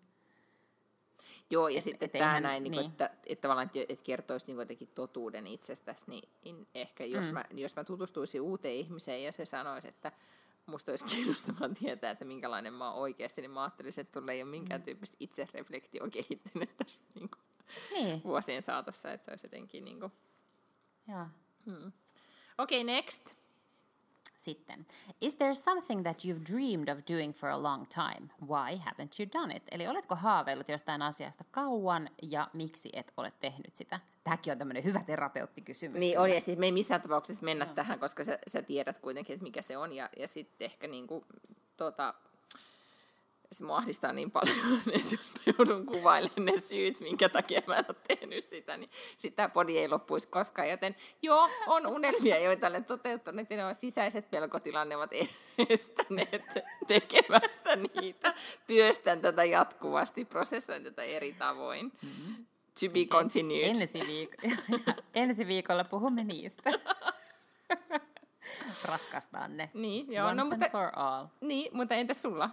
Joo, ja sitten tämä näin, niin. Että tavallaan että kertoisi jotenkin totuuden itsestäsi, niin ehkä jos mä tutustuisin uuteen ihmiseen ja se sanoisi, että musta olisi kiinnostavaa tietää, että minkälainen mä oon oikeasti, niin mä ajattelisin, että tulla ei ole minkään tyyppistä itsereflektio kehittynyt tässä vuosien saatossa, että se olisi jotenkin Joo. Okei, next. Sitten. Is there something that you've dreamed of doing for a long time? Why haven't you done it? Eli oletko haaveillut jostain asiasta kauan ja miksi et ole tehnyt sitä? Tämäkin on tämmöinen hyvä terapeuttikysymys. Niin on, ja siis me ei missään tapauksessa mennä tähän, koska sä tiedät kuitenkin, että mikä se on, ja sitten ehkä se mua ahdistaa niin paljon, että jos mä joudun kuvailemaan ne syyt, minkä takia mä en ole tehnyt sitä, niin sitten tämä podi ei loppuisi koskaan. Joten joo, on unelmia, joita olen toteuttanut, ja ne sisäiset pelkotilanne ovat estäneet tekemästä niitä. Työstän tätä jatkuvasti, prosessoin tätä eri tavoin. To be continued. Ensi viikolla puhumme niistä. Ratkaistaan ne. Niin, joo, once and for all. Niin, mutta entäs sulla?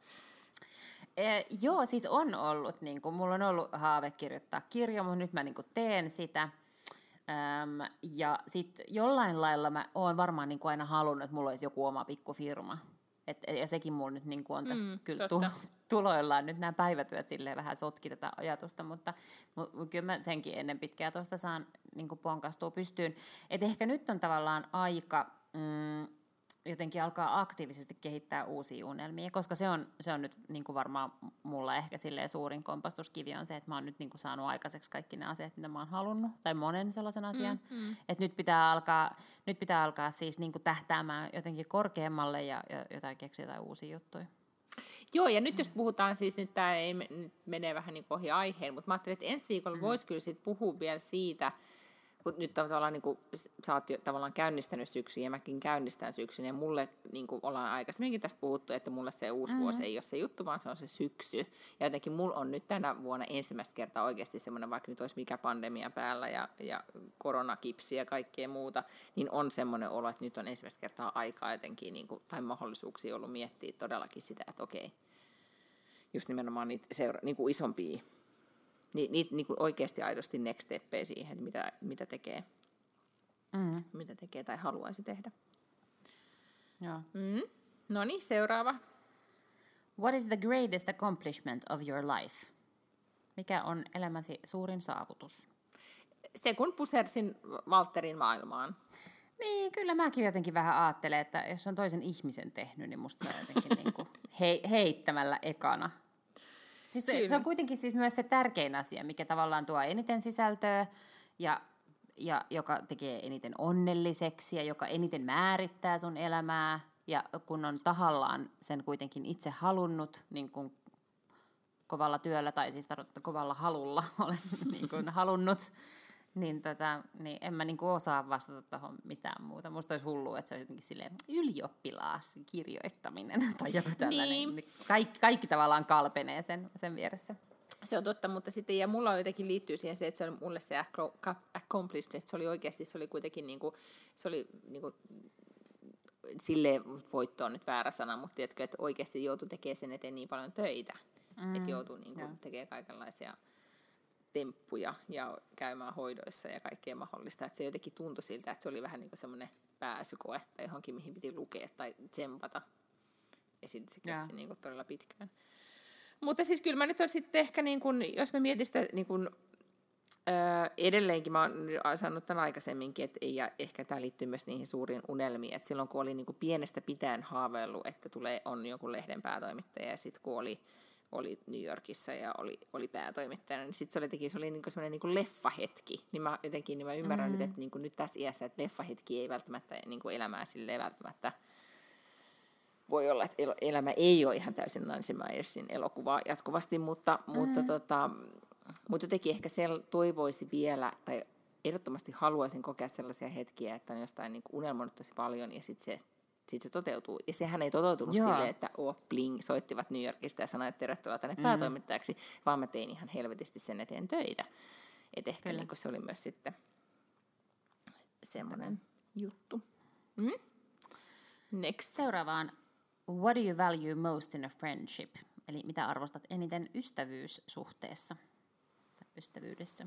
Joo, siis on ollut, mulla on ollut haave kirjoittaa kirja, mutta nyt mä teen sitä. Ja sitten jollain lailla mä oon varmaan aina halunnut, että mulla olisi joku oma pikkufirma. Ja sekin mulla nyt on tästä kyllä tuloillaan. Nyt nämä päivätyöt silleen vähän sotki tätä ajatusta, mutta kyllä mä senkin ennen pitkää tuosta saan ponkastua pystyyn. Et ehkä nyt on tavallaan aika jotenkin alkaa aktiivisesti kehittää uusia unelmia, koska se on nyt varmaan mulla ehkä silleen suurin kompastuskivi on se, että mä oon nyt saanut aikaiseksi kaikki ne asiat, mitä mä oon halunnut, tai monen sellaisen asian. Että nyt pitää alkaa siis tähtäämään jotenkin korkeammalle ja keksiä jotain uusia juttuja. Joo, ja nyt jos puhutaan siis, nyt tämä ei menee vähän ohi aiheen, mutta mä ajattelin, että ensi viikolla voisi kyllä sit puhua vielä siitä, kun nyt tavallaan niin kuin, sä oot jo tavallaan käynnistänyt syksyn ja mäkin käynnistän syksyn ja mulle niin kuin ollaan aikaisemminkin tästä puhuttu, että mulle se uusi vuosi ei ole se juttu, vaan se on se syksy. Ja jotenkin mulla on nyt tänä vuonna ensimmäistä kertaa oikeasti semmoinen, vaikka nyt olisi mikä pandemia päällä ja koronakipsi ja kaikkea muuta, niin on semmoinen olo, että nyt on ensimmäistä kertaa aikaa jotenkin, niin kuin, tai mahdollisuuksia ollut miettiä todellakin sitä, että okei, just nimenomaan niitä niin kuin isompia, niitä niin kuin oikeasti aidosti next steppejä siihen, että mitä tekee. Mitä tekee tai haluaisi tehdä. Joo. No niin, seuraava. What is the greatest accomplishment of your life? Mikä on elämäsi suurin saavutus? Se, kun pusersin Valtterin maailmaan. Niin, kyllä mäkin jotenkin vähän ajattelen, että jos on toisen ihmisen tehnyt, niin musta se on jotenkin niin kuin heittämällä ekana. Siis se on kuitenkin siis myös se tärkein asia, mikä tavallaan tuo eniten sisältöä ja joka tekee eniten onnelliseksi ja joka eniten määrittää sun elämää. Ja kun on tahallaan sen kuitenkin itse halunnut, niin kuin kovalla työllä tai siis kovalla halulla olen niin kuin halunnut, niin en mä niin kuin osaa vastata tuohon mitään muuta. Musta olisi hullua, että se on jotenkin silleen ylioppilaas kirjoittaminen tai joku tällainen. Niin. Kaikki tavallaan kalpenee sen vieressä. Se on totta, mutta sitten, ja mulla jotenkin liittyy siihen se, että se oli mulle se accomplished, että se oli oikeasti, se oli kuitenkin niinku, silleen voitto on nyt väärä sana, mutta tiedätkö, että oikeasti joutui tekemään sen eteen niin paljon töitä, että joutui niinku tekemään kaikenlaisia temppuja ja käymään hoidoissa ja kaikkea mahdollista, että se jotenkin tuntui siltä, että se oli vähän niin kuin semmoinen pääsykoe tai johonkin, mihin piti lukea tai tsempata, ja sitten se kesti niin kuin todella pitkään. Mutta siis kyllä mä nyt on sitten ehkä, niin kun, jos mä mietin sitä niin kun, edelleenkin, mä oon sanonut tämän aikaisemminkin, että ja ehkä tämä liittyy myös niihin suuriin unelmiin, että silloin kun oli niin kun pienestä pitäen haaveillut, että on joku lehden päätoimittaja, ja sitten kun oli New Yorkissa ja oli päätoimittajana, niin sitten se oli niin semmoinen niin leffahetki. Niin mä ymmärrän nyt, että niin nyt tässä iässä, että leffahetki ei välttämättä niin elämää silleen välttämättä voi olla, että elämä ei ole ihan täysin Nancy Meyersin elokuvaa jatkuvasti, mutta jotenkin ehkä toivoisi vielä, tai ehdottomasti haluaisin kokea sellaisia hetkiä, että on jostain niin unelmoinut tosi paljon, ja sitten se toteutuu. Ja sehän ei toteutunut silleen, että bling, soittivat New Yorkista ja sanoivat, että tervetuloa tänne päätoimittajaksi, vaan mä tein ihan helvetisti sen eteen töitä. Että ehkä niin se oli myös sitten semmoinen juttu. Next. Seuraavaan. What do you value most in a friendship? Eli mitä arvostat eniten ystävyyssuhteessa tai ystävyydessä?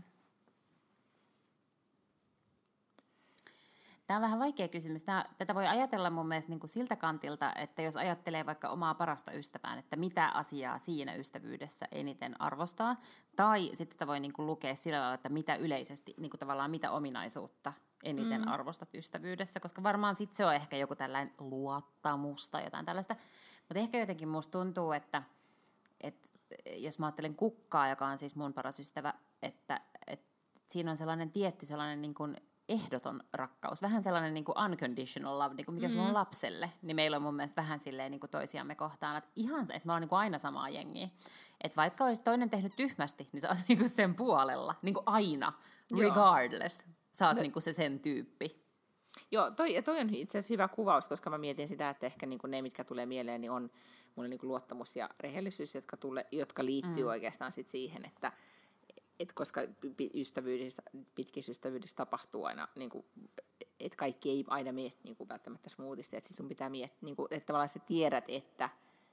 Tämä on vähän vaikea kysymys. Tätä voi ajatella mun mielestä niin kuin siltä kantilta, että jos ajattelee vaikka omaa parasta ystävään, että mitä asiaa siinä ystävyydessä eniten arvostaa, tai sitten tätä voi niin kuin lukea sillä lailla, että mitä yleisesti, niin kuin tavallaan mitä ominaisuutta eniten arvostat ystävyydessä, koska varmaan sitten se on ehkä joku tällainen luottamus tai jotain tällaista. Mutta ehkä jotenkin musta tuntuu, että jos mä ajattelen Kukkaa, joka on siis mun paras ystävä, että siinä on sellainen tietty sellainen niin kuin ehdoton rakkaus, vähän sellainen niin kuin unconditional love, niin kuin mikä se on lapselle, niin meillä on mun mielestä vähän silleen niin kuin toisiamme kohtaan, että ihan että me ollaan niin kuin aina samaa jengiä. Että vaikka olisi toinen tehnyt tyhmästi, niin sä oot niin kuin sen puolella, niin kuin aina, regardless. Sä oot niinku se sen tyyppi. Joo, toi on itse asiassa hyvä kuvaus, koska mä mietin sitä, että ehkä niinku ne, mitkä tulee mieleen, niin on mulle niinku luottamus ja rehellisyys, jotka liittyy oikeastaan sit siihen, että koska pitkissä ystävyydessä tapahtuu aina, niinku, että kaikki ei aina mene niinku, välttämättä smoothisti, että sun pitää miettiä, niinku, että tavallaan sä tiedät, että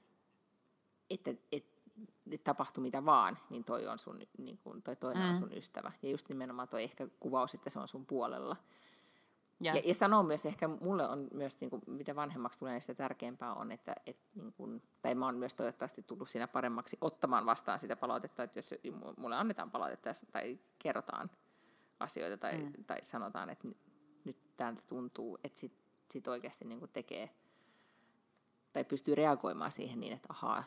tapahtuu mitä vaan, niin toi on sun, niin kun, toi toinen on sun ystävä. Ja just nimenomaan toi ehkä kuvaus, että se on sun puolella. Ja sanoo myös, ehkä mulle on myös, niin kun, mitä vanhemmaksi tulee, niin sitä tärkeämpää on, että niin kun, tai mä oon myös toivottavasti tullut siinä paremmaksi ottamaan vastaan sitä palautetta, että jos mulle annetaan palautetta tai kerrotaan asioita tai sanotaan, että nyt täältä tuntuu, että sit oikeasti niin kun tekee tai pystyy reagoimaan siihen niin, että ahaa,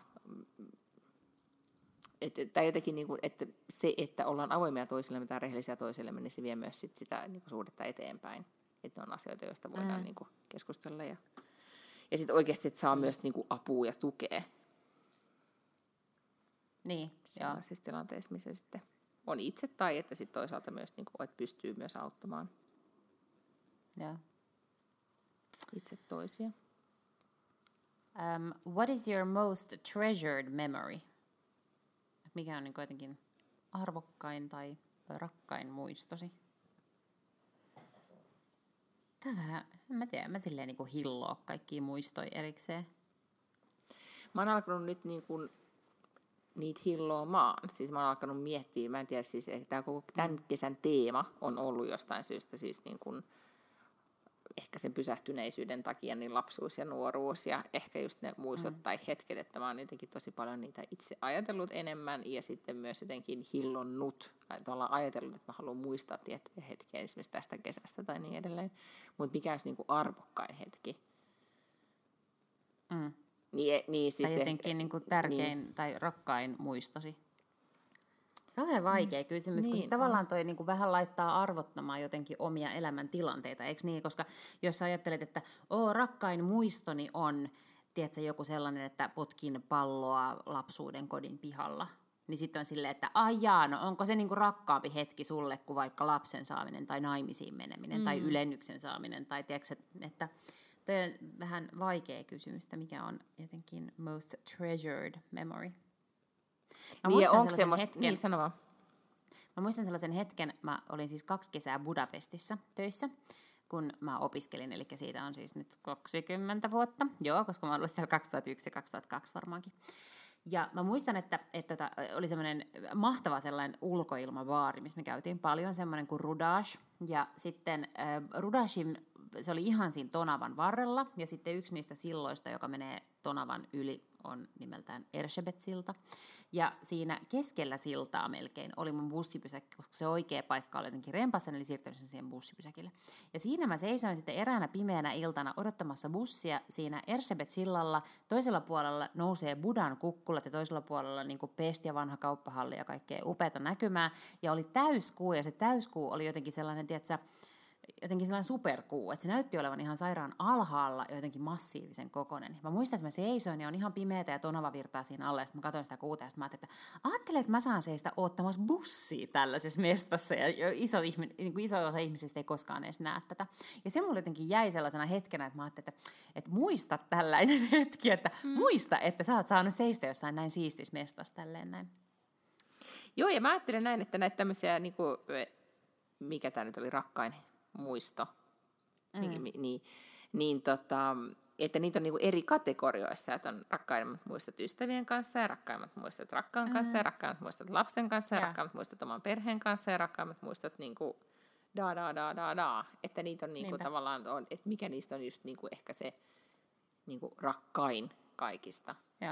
tai jotenkin, niin kuin, että se, että ollaan avoimia toisillemme tai rehellisiä toisillemme, niin se vie myös sitä niin kuin suhdetta eteenpäin. Että on asioita, joista voidaan niin kuin, keskustella. Ja sitten oikeasti, että saa myös niin kuin, apua ja tukea. Niin, sellaisissa tilanteissa, missä sitten on itse tai että sitten toisaalta myös, niin kuin, että pystyy myös auttamaan itse toisia. What is your most treasured memory? Mikä on niin jotenkin arvokkain tai rakkain muistosi? Tämä, en mä tiedä, mä silleen niin kuin hilloa kaikkia muistoja erikseen. Mä oon alkanut nyt niin kuin niitä hilloamaan. Siis mä oon alkanut miettiä, mä en tiedä, siis tämä koko tämän kesän teema on ollut jostain syystä siis niin kuin ehkä sen pysähtyneisyyden takia niin lapsuus ja nuoruus ja ehkä just ne muistot tai hetket, että mä oon jotenkin tosi paljon niitä itse ajatellut enemmän ja sitten myös jotenkin hillonnut, ajatellut, että mä haluan muistaa tiettyjä hetkiä esimerkiksi tästä kesästä tai niin edelleen, mutta mikä olisi niin kuin arvokkain hetki. Niin, siis tai jotenkin niin kuin tärkein tai rakkain muistosi. Kauhean vaikea kysymys, niin, kun tavallaan toi niin kuin vähän laittaa arvottamaan jotenkin omia elämäntilanteita, eikö niin? Koska jos sä ajattelet, että rakkain muistoni on, tiedätkö, joku sellainen, että potkin palloa lapsuuden kodin pihalla, niin sitten on silleen, että no onko se niin kuin rakkaampi hetki sulle kuin vaikka lapsen saaminen tai naimisiin meneminen tai ylennyksen saaminen, tai tiedätkö, että toi on vähän vaikea kysymys, että mikä on jotenkin most treasured memory. Niin, onko semmoista, niin sano vaan. Mä muistan sellaisen hetken, mä olin siis 2 kesää Budapestissa töissä, kun mä opiskelin, eli siitä on siis nyt 20 vuotta, koska mä olin siellä 2001 ja 2002 varmaankin. Ja mä muistan, että oli semmoinen mahtava sellainen ulkoilmabaari, missä me käytiin paljon, semmoinen kuin Rudage, ja sitten Rudashin, se oli ihan siinä Tonavan varrella, ja sitten yksi niistä silloista, joka menee Tonavan yli, on nimeltään Erzsébet-silta. Ja siinä keskellä siltaa melkein oli mun bussipysäkki, koska se oikea paikka oli jotenkin rempassa, eli siirtynyt siihen bussipysäkille. Ja siinä mä seisoin sitten eräänä pimeänä iltana odottamassa bussia siinä Erzsébet-sillalla. Toisella puolella nousee Budan kukkulat ja toisella puolella niin kuin Pest ja vanha kauppahalli ja kaikkea upeata näkymää. Ja oli täyskuu, ja se täyskuu oli jotenkin sellainen, tiedätkö, jotenkin sellainen superkuu, että se näytti olevan ihan sairaan alhaalla ja jotenkin massiivisen kokoinen. Mä muistan, että mä seisoin ja on ihan pimeätä ja Tonava virtaa siinä alle, ja sitten mä katsoin sitä kuuta ja sitten mä ajattelin, että ajattelin, että mä saan seistä oottamassa bussia tällaisessa mestassa ja iso osa ihmisistä ei koskaan edes näe tätä. Ja se mulle jotenkin jäi sellaisena hetkenä, että mä ajattelin, että muista tällainen hetki, että muista, että sä oot saanut seistä jossain näin siistissä mestassa tälleen näin. Joo, ja mä ajattelen näin, että näitä tämmöisiä, niin kuin, mikä tämä nyt oli, rakkain muisto, että niitä on niinku eri kategorioissa, että on rakkaimmat muistot ystävien kanssa ja rakkaimmat muistot rakkaan kanssa ja rakkaimmat muistot lapsen kanssa ja rakkaimmat muistot oman perheen kanssa ja rakkaimmat muistot niinku että niitä on niinku tavallaan, että mikä niistä on just niinku ehkä se niinku rakkain kaikista.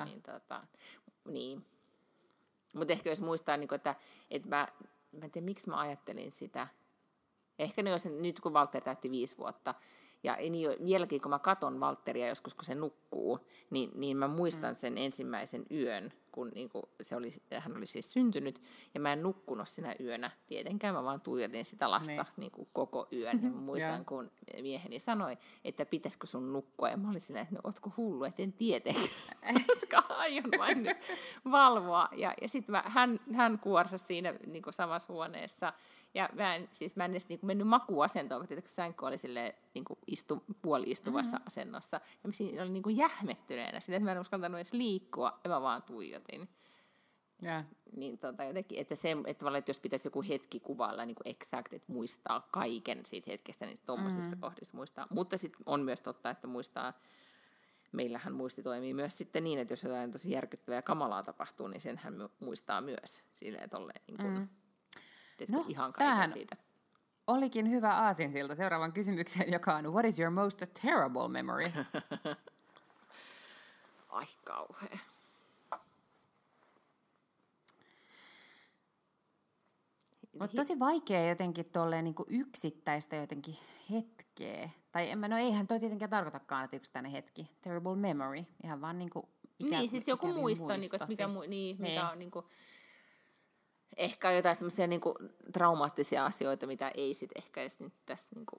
Niin. Mutta ehkä jos muistaa, niinku, että mä en tiedä, miksi mä ajattelin sitä. Ehkä nyt kun Valtteri täytti 5 vuotta, ja vieläkin kun mä katon Valtteria joskus, kun se nukkuu, niin mä muistan sen ensimmäisen yön, kun hän oli siis syntynyt, ja mä en nukkunut sinä yönä tietenkään, mä vaan tuijotin sitä lasta koko yön. Ja mä muistan, kun mieheni sanoi, että pitäisikö sun nukkua, ja mä olin siinä, että no, ootko hullu, et en tietenkään, koska aion vain nyt valvoa. Ja sitten hän kuorsasi siinä samassa huoneessa, ja mä en edes mennyt makuasentoon, kun sänky oli silleen, puoli-istuvassa asennossa. Ja siinä oli jähmettyneenä, sille, että mä en uskaltanut edes liikkua, ja mä vaan tuijotin. Yeah. Niin jotenkin, että jos pitäisi joku hetki kuvailla niin exact, että muistaa kaiken siitä hetkestä, niin tuommoisista kohdista muistaa. Mutta sitten on myös totta, että muistaa, meillähän muisti toimii myös sitten niin, että jos jotain tosi järkyttävää ja kamalaa tapahtuu, niin sen hän muistaa myös silleen tolleen ihan kaiken siitä. Olikin hyvä aasinsilta seuraavan kysymykseen, joka on what is your most terrible memory? Ai kauhea. Mutta tosi vaikea jotenkin tolleen niinku yksittäistä jotenkin hetkeä. Tai eihän toi tietenkään tarkoitakaan, että yksittäinen hetki. Terrible memory. Ihan vaan niinku niin, siis joku muisto, mikä on niinku ehkä jotain semmoisia niinku traumaattisia asioita, mitä ei sit ehkä edes nyt tässä niinku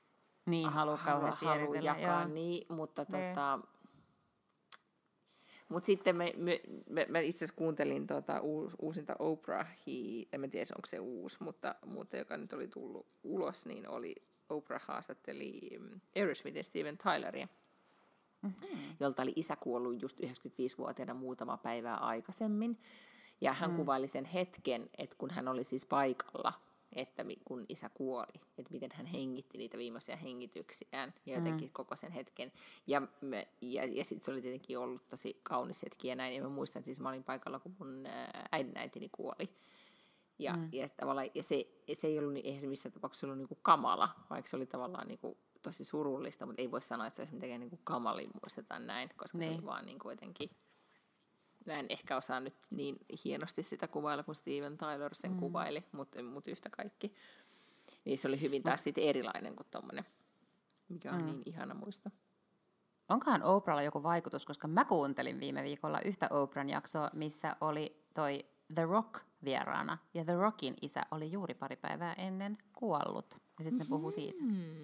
halua kauheasti jakaa, niin, mutta Mutta sitten mä itse asiassa kuuntelin uusinta Oprahia, en mä tiedä onko se uusi, mutta joka nyt oli tullut ulos, niin oli Oprah haastatteli Aerosmithin Steven Tyleria, jolta oli isä kuollut just 95-vuotiaana muutama päivää aikaisemmin. Ja hän kuvaili sen hetken, että kun hän oli siis paikalla, että kun isä kuoli, että miten hän hengitti niitä viimeisiä hengityksiään ja jotenkin koko sen hetken. Ja sitten se oli tietenkin ollut tosi kaunis hetki ja näin. Ja mä muistan siis, mä olin paikalla, kun mun äidinäitini kuoli. Ja se ei ollut, eihän se missään tapauksessa ollut niinku kamala, vaikka se oli tavallaan niinku tosi surullista, mutta ei voi sanoa, että se olisi mitenkään niinku kamalin muistetaan näin, koska se oli vaan niinku jotenkin... Mä en ehkä osaa nyt niin hienosti sitä kuvailla, kun Steven Tyler sen kuvaili, mutta yhtä kaikki. Niin se oli hyvin taas sitten erilainen kuin tommonen, mikä on niin ihana muisto. Onkohan Oprahlla joku vaikutus, koska mä kuuntelin viime viikolla yhtä Oprahn jaksoa, missä oli toi The Rock vieraana. Ja The Rockin isä oli juuri pari päivää ennen kuollut. Ja sitten ne puhui siitä.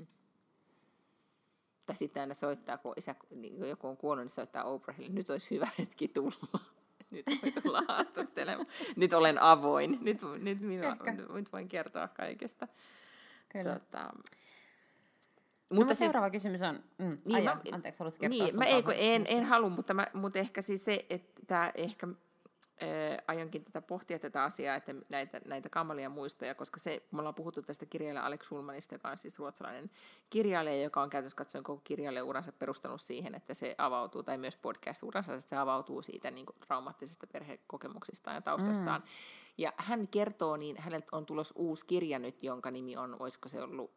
Tai sitten aina soittaa, kun joku on kuollut, niin soittaa Oprahille. Nyt olisi hyvä hetki tulla. Nyt voi tulla haastattelemaan. Nyt olen avoin. Nyt voin kertoa kaikesta. Kyllä. Mutta seuraava kysymys on... anteeksi, haluaisin kertoa en halua, mutta ehkä siis se, että ehkä... aionkin pohtia tätä asiaa, että näitä kamalia muistoja, koska me ollaan puhuttu tästä kirjailija Alex Schulmanista, joka on siis ruotsalainen kirjailija, joka on käytössä katsoen koko kirjailijauransa perustanut siihen, että se avautuu, tai myös podcast-uransa, että se avautuu siitä niin kuin traumaattisesta perhekokemuksistaan ja taustastaan. Ja hän kertoo, niin häneltä on tulossa uusi kirja nyt, jonka nimi on, olisiko se ollut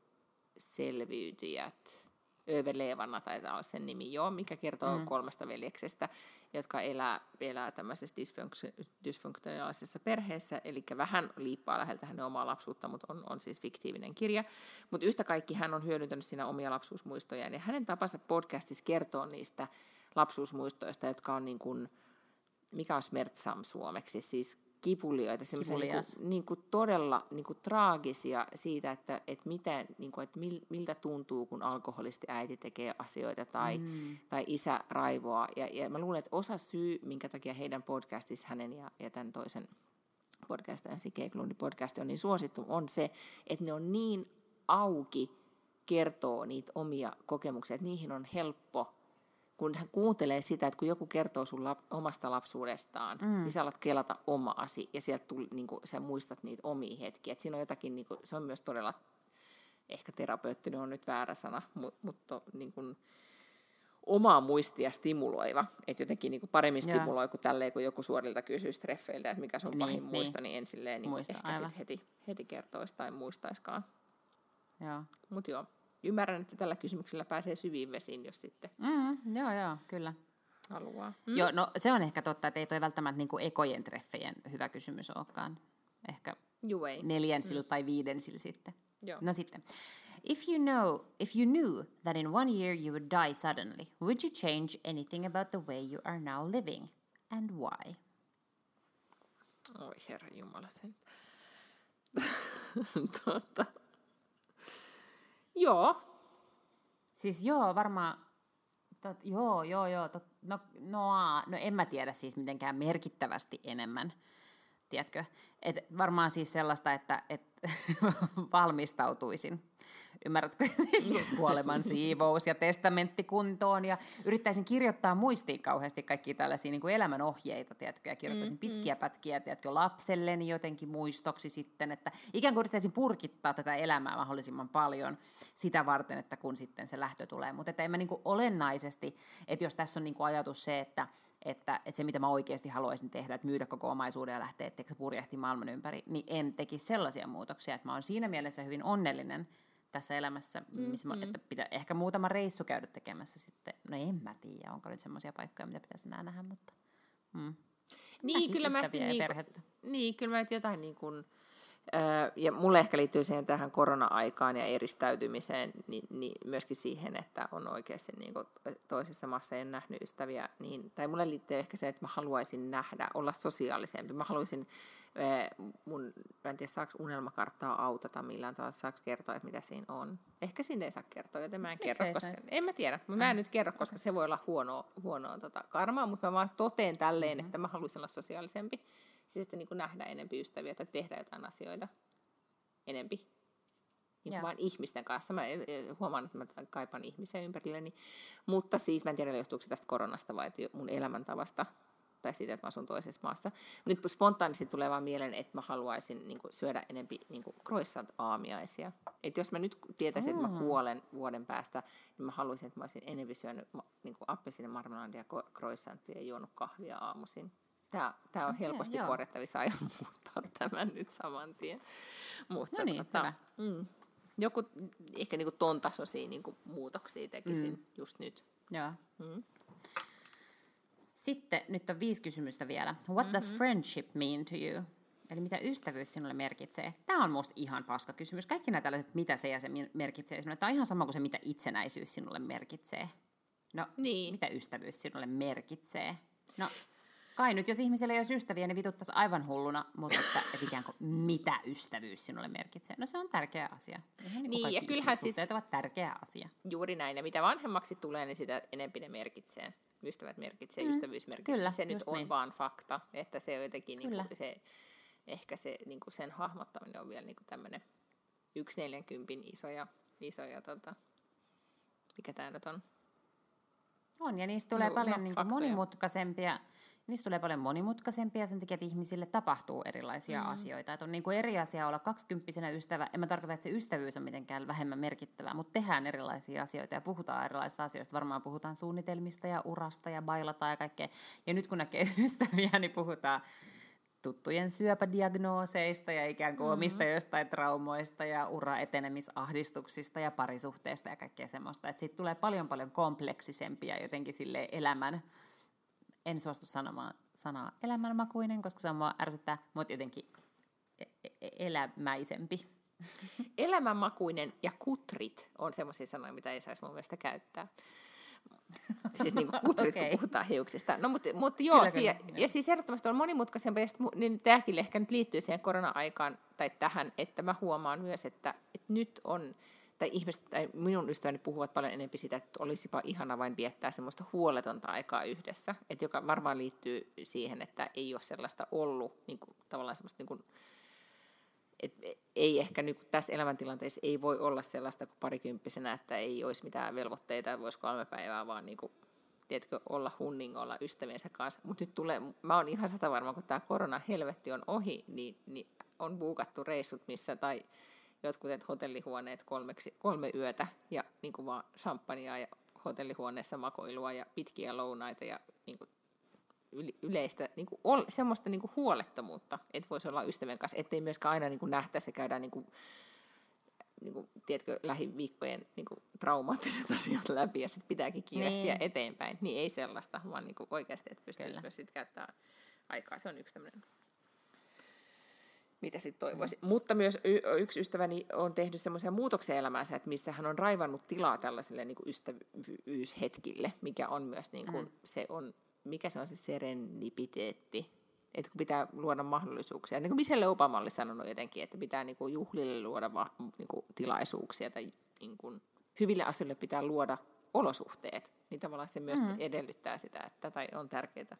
Selviytyjät, Överlevarna taitaa olla sen nimi, mikä kertoo 3 veljeksestä, jotka elää tämmöisessä dysfunktionaalisessa perheessä, eli vähän liippaa läheltä hänen omaa lapsuutta, mutta on siis fiktiivinen kirja. Mutta yhtä kaikki hän on hyödyntänyt siinä omia lapsuusmuistojaan, ja hänen tapansa podcastissa kertoo niistä lapsuusmuistoista, jotka on niin kuin, mikä on smärtsam suomeksi, siis kipulijoita, semmoisia niinku todella niinku traagisia siitä, että miltä tuntuu, kun alkoholisti äiti tekee asioita tai isä raivoaa. Ja mä luulen, että osa syy, minkä takia heidän podcastissa hänen ja tämän toisen podcastajan Sike Eklundin podcast on niin suosittu, on se, että ne on niin auki kertoo niitä omia kokemuksia, että niihin on helppo. Kun hän kuuntelee sitä, että kun joku kertoo sun omasta lapsuudestaan, niin sä alat kelata omaasi ja sieltä niinku, sä muistat niitä omia hetkiä. Et siinä on jotakin, niinku, se on myös todella, ehkä terapeuttinen on nyt väärä sana, mutta niinku, omaa muistia stimuloiva. Että jotenkin niinku, paremmin stimuloi kuin tälleen, kun joku suorilta kysyy treffeiltä, että mikä sun pahin muisto, niin en silleen niin ehkä sit heti kertoisi tai muistaiskaan. Mutta joo. Ymmärrän, että tällä kysymyksellä pääsee syviin vesiin, jos sitten joo, kyllä. haluaa. Joo, no se on ehkä totta, että ei toi välttämättä niinku ekojen treffejen hyvä kysymys olekaan. Ehkä 4 tai 5 sitten. Joo. No sitten. If you knew that in 1 year you would die suddenly, would you change anything about the way you are now living? And why? Oi herra jumala sen. Joo. Siis varmaan, no en mä tiedä siis mitenkään merkittävästi enemmän, tiedätkö? Et varmaan siis sellaista, että valmistautuisin, ymmärrätkö, kuoleman siivous ja testamentti kuntoon ja yrittäisin kirjoittaa muistiin kauheasti kaikkia tällaisia niin kuin elämänohjeita, tiedätkö, ja kirjoittaisin pitkiä pätkiä, tiedätkö, lapselleni jotenkin muistoksi sitten, että ikään kuin yrittäisin purkittaa tätä elämää mahdollisimman paljon sitä varten, että kun sitten se lähtö tulee, mutta että en mä niin kuin olennaisesti, että jos tässä on niin kuin ajatus se, että se mitä mä oikeasti haluaisin tehdä, että myydä koko omaisuuden ja lähteä purjehti maailman ympäri, niin en tekisi sellaisia muutoksia, että mä oon siinä mielessä hyvin onnellinen tässä elämässä, missä että pitää ehkä muutama reissu käydä tekemässä sitten. No en mä tiedä, onko nyt semmoisia paikkoja, mitä pitäisi enää nähdä, mutta kyllä mä jotain niin kuin, Ja mulle ehkä liittyy siihen tähän korona-aikaan ja eristäytymiseen, niin myöskin siihen, että on oikeasti niin kuin toisessa maassa ei ole nähnyt ystäviä. Niin, tai mulle liittyy ehkä se, että mä haluaisin nähdä, olla sosiaalisempi. Mä haluaisin, mä en tiedä, saako unelmakarttaa autata millään tavalla, saako kertoa, että mitä siinä on. Ehkä siinä ei saa kertoa, joten mä en kerro, koska en mä tiedä. Mä en nyt kerro, koska se voi olla huonoa karmaa, mutta mä vaan toteen tälleen, että mä haluaisin olla sosiaalisempi. Siis että niin kuin nähdä enempi ystäviä tai tehdä jotain asioita enempi. Niin vaan ihmisten kanssa. Mä huomaan, että mä kaipaan ihmisiä ympärilleni. Mutta siis mä en tiedä, johtuuko se tästä koronasta vai mun elämäntavasta tai siitä, että mä asun toisessa maassa. Nyt spontaanisti tulee vaan mieleen, että mä haluaisin niin kuin syödä enempi niin kuin croissant-aamiaisia. Että jos mä nyt tietäisin, että mä kuolen vuoden päästä, niin mä haluaisin, että mä olisin enempi syönyt niin kuin appelsiinin marmeladia ja croissantia ja juonut kahvia aamuisin. Tämä on helposti korjattavissa, aion muuttaa tämän nyt saman tien. Mutta no niin, hyvä. Joku ehkä niinku ton tasoisia niinku muutoksia tekisin just nyt. Joo. Sitten nyt on 5 kysymystä vielä. What does friendship mean to you? Eli mitä ystävyys sinulle merkitsee? Tämä on musta ihan paska kysymys. Kaikki nämä tällaiset, mitä se ja se merkitsee sinulle. Tämä on ihan sama kuin se, mitä itsenäisyys sinulle merkitsee. No, mitä ystävyys sinulle merkitsee? No, kai nyt, jos ihmisellä ei olisi ystäviä, niin vituttaisi aivan hulluna, mutta että ikään kuin mitä ystävyys sinulle merkitsee. No se on tärkeä asia. Niin ja kyllähän siis ovat tärkeä asia. Juuri näin, ja mitä vanhemmaksi tulee, niin sitä enemmän ne merkitsee. Ystävät merkitsee, ystävyys merkitsee. Kyllä, se nyt on niin. Vaan fakta, että se on jotenkin niin kuin se, ehkä se, niin kuin sen hahmottaminen on vielä niin kuin tämmöinen 1,40 isoja mikä tämä nyt on? On, ja niistä tulee paljon niin kuin monimutkaisempia. Niistä tulee paljon monimutkaisempia sen takia, että ihmisille tapahtuu erilaisia asioita. Että on niin kuin eri asia olla 20-vuotiaana ystävä. En mä tarkoita, että se ystävyys on mitenkään vähemmän merkittävää, mutta tehdään erilaisia asioita ja puhutaan erilaisista asioista. Varmaan puhutaan suunnitelmista ja urasta ja bailataan ja kaikkea. Ja nyt kun näkee ystäviä, niin puhutaan tuttujen syöpädiagnooseista ja ikään kuin omista jostain traumoista ja uraetenemisahdistuksista ja parisuhteista ja kaikkea semmoista. Että siitä tulee paljon kompleksisempia jotenkin silleen elämän, en suostu sanomaan sanaa elämänmakuinen, koska se on mua ärsyttää, mutta jotenkin elämäisempi. Elämänmakuinen ja kutrit on semmoisia sanoja, mitä ei saisi mun mielestä käyttää. Siis niin kuin kutrit, kun puhutaan hiuksista. No, mutta joo, kyllä. Ja siis ehdottomasti on monimutkaisempi, niin tämäkin ehkä nyt liittyy siihen korona-aikaan tai tähän, että mä huomaan myös, että nyt on, tai minun ystäväni puhuvat paljon enemmän sitä, että olisipa ihana vain viettää semmoista huoletonta aikaa yhdessä, että joka varmaan liittyy siihen, että ei ole sellaista ollut, niin kuin, tavallaan semmoista niin kuin, ei ehkä nyt tässä elämäntilanteessa ei voi olla sellaista kuin parikymppisenä, että ei olisi mitään velvoitteita, voisi 3 päivää vaan niin kuin, tiedätkö, olla hunningolla ystäviensä kanssa. Mutta nyt mä oon ihan 100% varma, kun tämä korona-helvetti on ohi, niin on buukattu reissut missä, tai jotkut hotellihuoneet 3 yötä, ja niin kuin vaan champagnea ja hotellihuoneessa makoilua ja pitkiä lounaita ja niin kuin, yleistä niin kuin semmoista niin kuin huolettomuutta, että voisi olla ystävien kanssa, ettei myöskään aina niin kuin nähtäisi ja käydään niin kuin, tiedätkö, lähiviikkojen niin kuin traumaattiset asiat läpi ja sitten pitääkin kiirehtiä eteenpäin. Niin ei sellaista, vaan niin kuin oikeasti, että pystyisi myös sitten käyttää aikaa. Se on yksi tämmöinen, mitä sitten toivoisi. Mutta myös yksi ystäväni on tehnyt semmoisia muutoksia elämäänsä, että missä hän on raivannut tilaa tällaisille niin kuin ystävyyshetkille, mikä on myös niin kuin, mikä se on se serendipiteetti, että kun pitää luoda mahdollisuuksia. Niin kuin Michelle Obama oli sanonut jotenkin, että pitää niin kuin juhlille luoda niin kuin tilaisuuksia tai niin kuin hyville asioille pitää luoda olosuhteet. Niin tavallaan se myös edellyttää sitä, että tai on tärkeää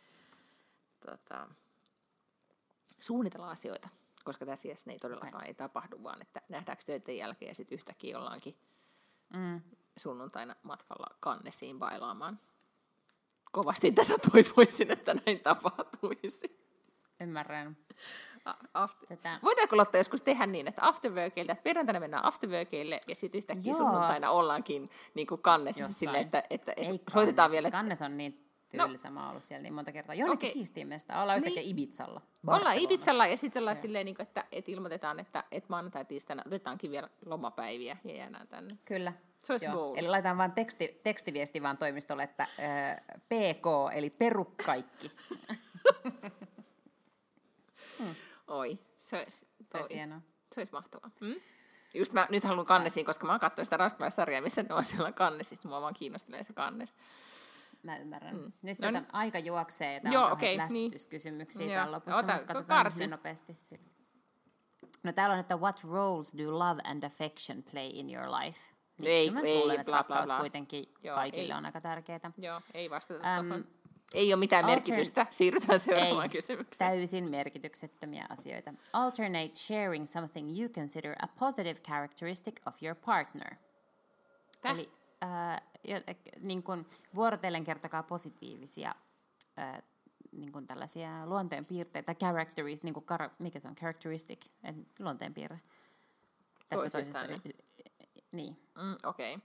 suunnitella asioita, koska tässä ei todellakaan ei tapahdu, vaan että nähdäänkö töiden jälkeen ja sitten yhtäkkiä ollaankin sunnuntaina matkalla Cannesiin bailaamaan. Kovasti tätä toivoisin, että näin tapahtuisi. Ymmärrän. Voidaanko Lotta joskus tehdä niin, että afterworkilta, että perjantaina mennään afterworkille ja sitten yhtäkkiä sunnuntaina ollaankin niin kuin Cannesissa silleen, että soitetaan vielä. Cannes on niin tyylisä, mä oon ollut siellä niin monta kertaa. Jonnekin siistiin mestä. Ollaan yhtäkkiä Ibizalla. Ollaan Ibizalla ja sitten ollaan silleen, että ilmoitetaan, että maanantai tiistaina otetaankin vielä lomapäiviä ja jäädään tänne. Kyllä. Eli laitetaan vaan tekstiviesti vaan toimistolle, että PK, eli peru kaikki. Oi, Se olisi hienoa. Se olisi mahtavaa. Just nyt haluan kannesiin, koska mä oon katsonut sitä ranskalaissarjaa, missä ne on siellä kannesissa. Mua vaan kiinnostelee se kannes. Mä ymmärrän. Nyt aika juoksee, ja joo, on lästyskysymyksiä niin. tämän lopussa, mutta katsotaan ne nopeasti. No täällä on, että what roles do love and affection play in your life? Niin, ei, bla bla bla. Kuitenkin kaikille on aika tärkeää. Joo, ei vastata tuohon. Ei ole mitään merkitystä. Siirrytään seuraavaan kysymykseen. Täysin merkityksettömiä asioita. Alternate sharing something you consider a positive characteristic of your partner. Eli niin kun vuorotellen kertokaa positiivisia niin kun tällaisia luonteenpiirteitä, niin kun mikä se on, characteristic, luonteenpiirre. Tässä toisessa, niin. Okei.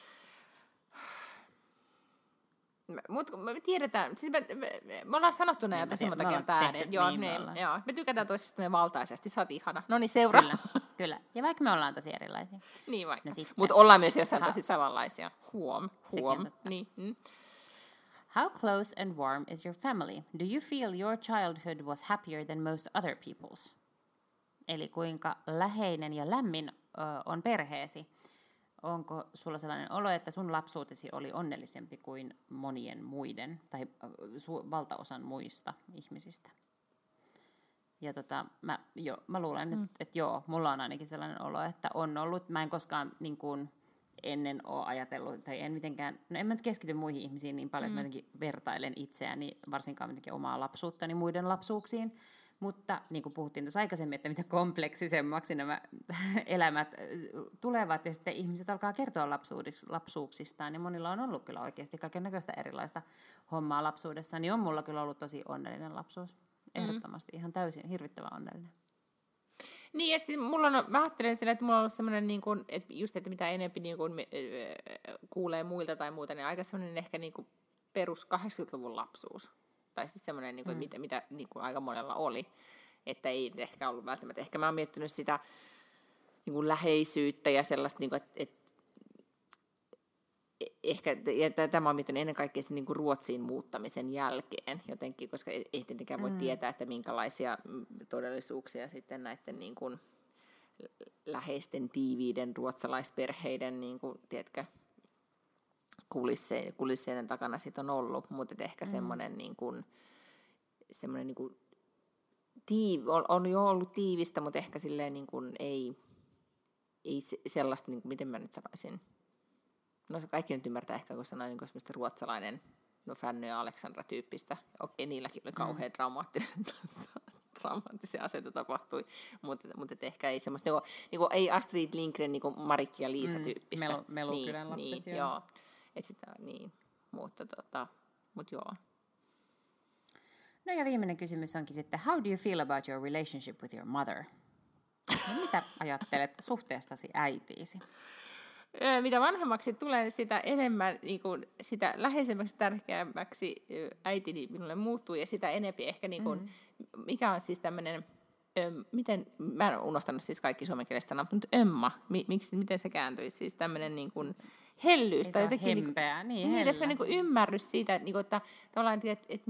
Mutta me tiedetään, siis me ollaan sanottu näin jo tosi monta kertaa ääneen. Joo, me tykätään toisistamme valtaisesti, sä oot ihana. No niin, seuraa. Kyllä, ja vaikka me ollaan tosi erilaisia. Niin vaikka. No mutta ollaan myös jossain tosi samanlaisia. Huom. Niin. How close and warm is your family? Do you feel your childhood was happier than most other people's? Eli kuinka läheinen ja lämmin on perheesi? Onko sulla sellainen olo, että sun lapsuutesi oli onnellisempi kuin monien muiden tai valtaosan muista ihmisistä? Ja mä luulen, että joo, mulla on ainakin sellainen olo, että on ollut. Mä en koskaan niin kuin ennen ole ajatellut, tai en mitenkään, no en mä nyt keskity muihin ihmisiin niin paljon, että mä jotenkin vertailen itseäni, varsinkaan jotenkin omaa lapsuuttani muiden lapsuuksiin. Mutta niin kuin puhuttiin tuossa aikaisemmin, että mitä kompleksisemmaksi nämä elämät tulevat ja sitten ihmiset alkaa kertoa lapsuuksistaan, niin monilla on ollut kyllä oikeasti kaikennäköistä erilaista hommaa lapsuudessa, niin on mulla kyllä ollut tosi onnellinen lapsuus. Ehdottomasti ihan täysin hirvittävän onnellinen. Niin, ja siis mä ajattelen sillä, että mulla on ollut semmoinen, niin kuin, että just, että mitä enemmän niin kuin, kuulee muilta tai muuta, niin aika semmoinen ehkä niin kuin perus 80-luvun lapsuus. Tai siis semmoinen, niin kuin, mitä niin kuin aika monella oli. Että ei ehkä ollut välttämättä. Ehkä mä oon miettinyt sitä niin kuin läheisyyttä ja sellaista, niin kuin, että ehkä, ja tämä on miettinyt ennen kaikkea sen niin kuin Ruotsiin muuttamisen jälkeen jotenkin, koska ei tietenkään voi tietää, että minkälaisia todellisuuksia sitten näiden niin kuin läheisten, tiiviiden ruotsalaisperheiden, niin kuin, tiedätkö, kulisseiden takana sit on ollut, mutta ehkä semmoinen niin kuin on jo ollut tiivistä, mutta ehkä silleen niin kuin ei sellaista, niin kuin, miten mä nyt sanoisin. No se kaikki nyt ymmärtää ehkä, kun sanoin niin semmoista ruotsalainen, Fanny ja Aleksandra-tyyppistä. Okei, niilläkin oli kauhean dramaattisia asioita tapahtui, mutta ehkä ei semmoista, niin kuin, ei Astrid Lindgren, niin kuin Marikki ja Liisa-tyyppistä. Melukylän lapset, joo. Että sitä, niin, mutta joo. No ja viimeinen kysymys onkin sitten, how do you feel about your relationship with your mother? No, mitä ajattelet suhteestasi äitiisi? Mitä vanhemmaksi tulee, sitä enemmän, niin kuin, sitä läheisemmäksi, tärkeämmäksi äitini minulle muuttuu, ja sitä enemmän ehkä, niin kuin, mikä on siis tämmöinen, mä en unohtanut siis kaikki suomenkielistä sanat, mutta miten se kääntyisi, siis tämmöinen niin kuin hellyys. Tai jotenkin hempeä, niin tässä niin kuin ymmärrys siitä, että tavallaan, että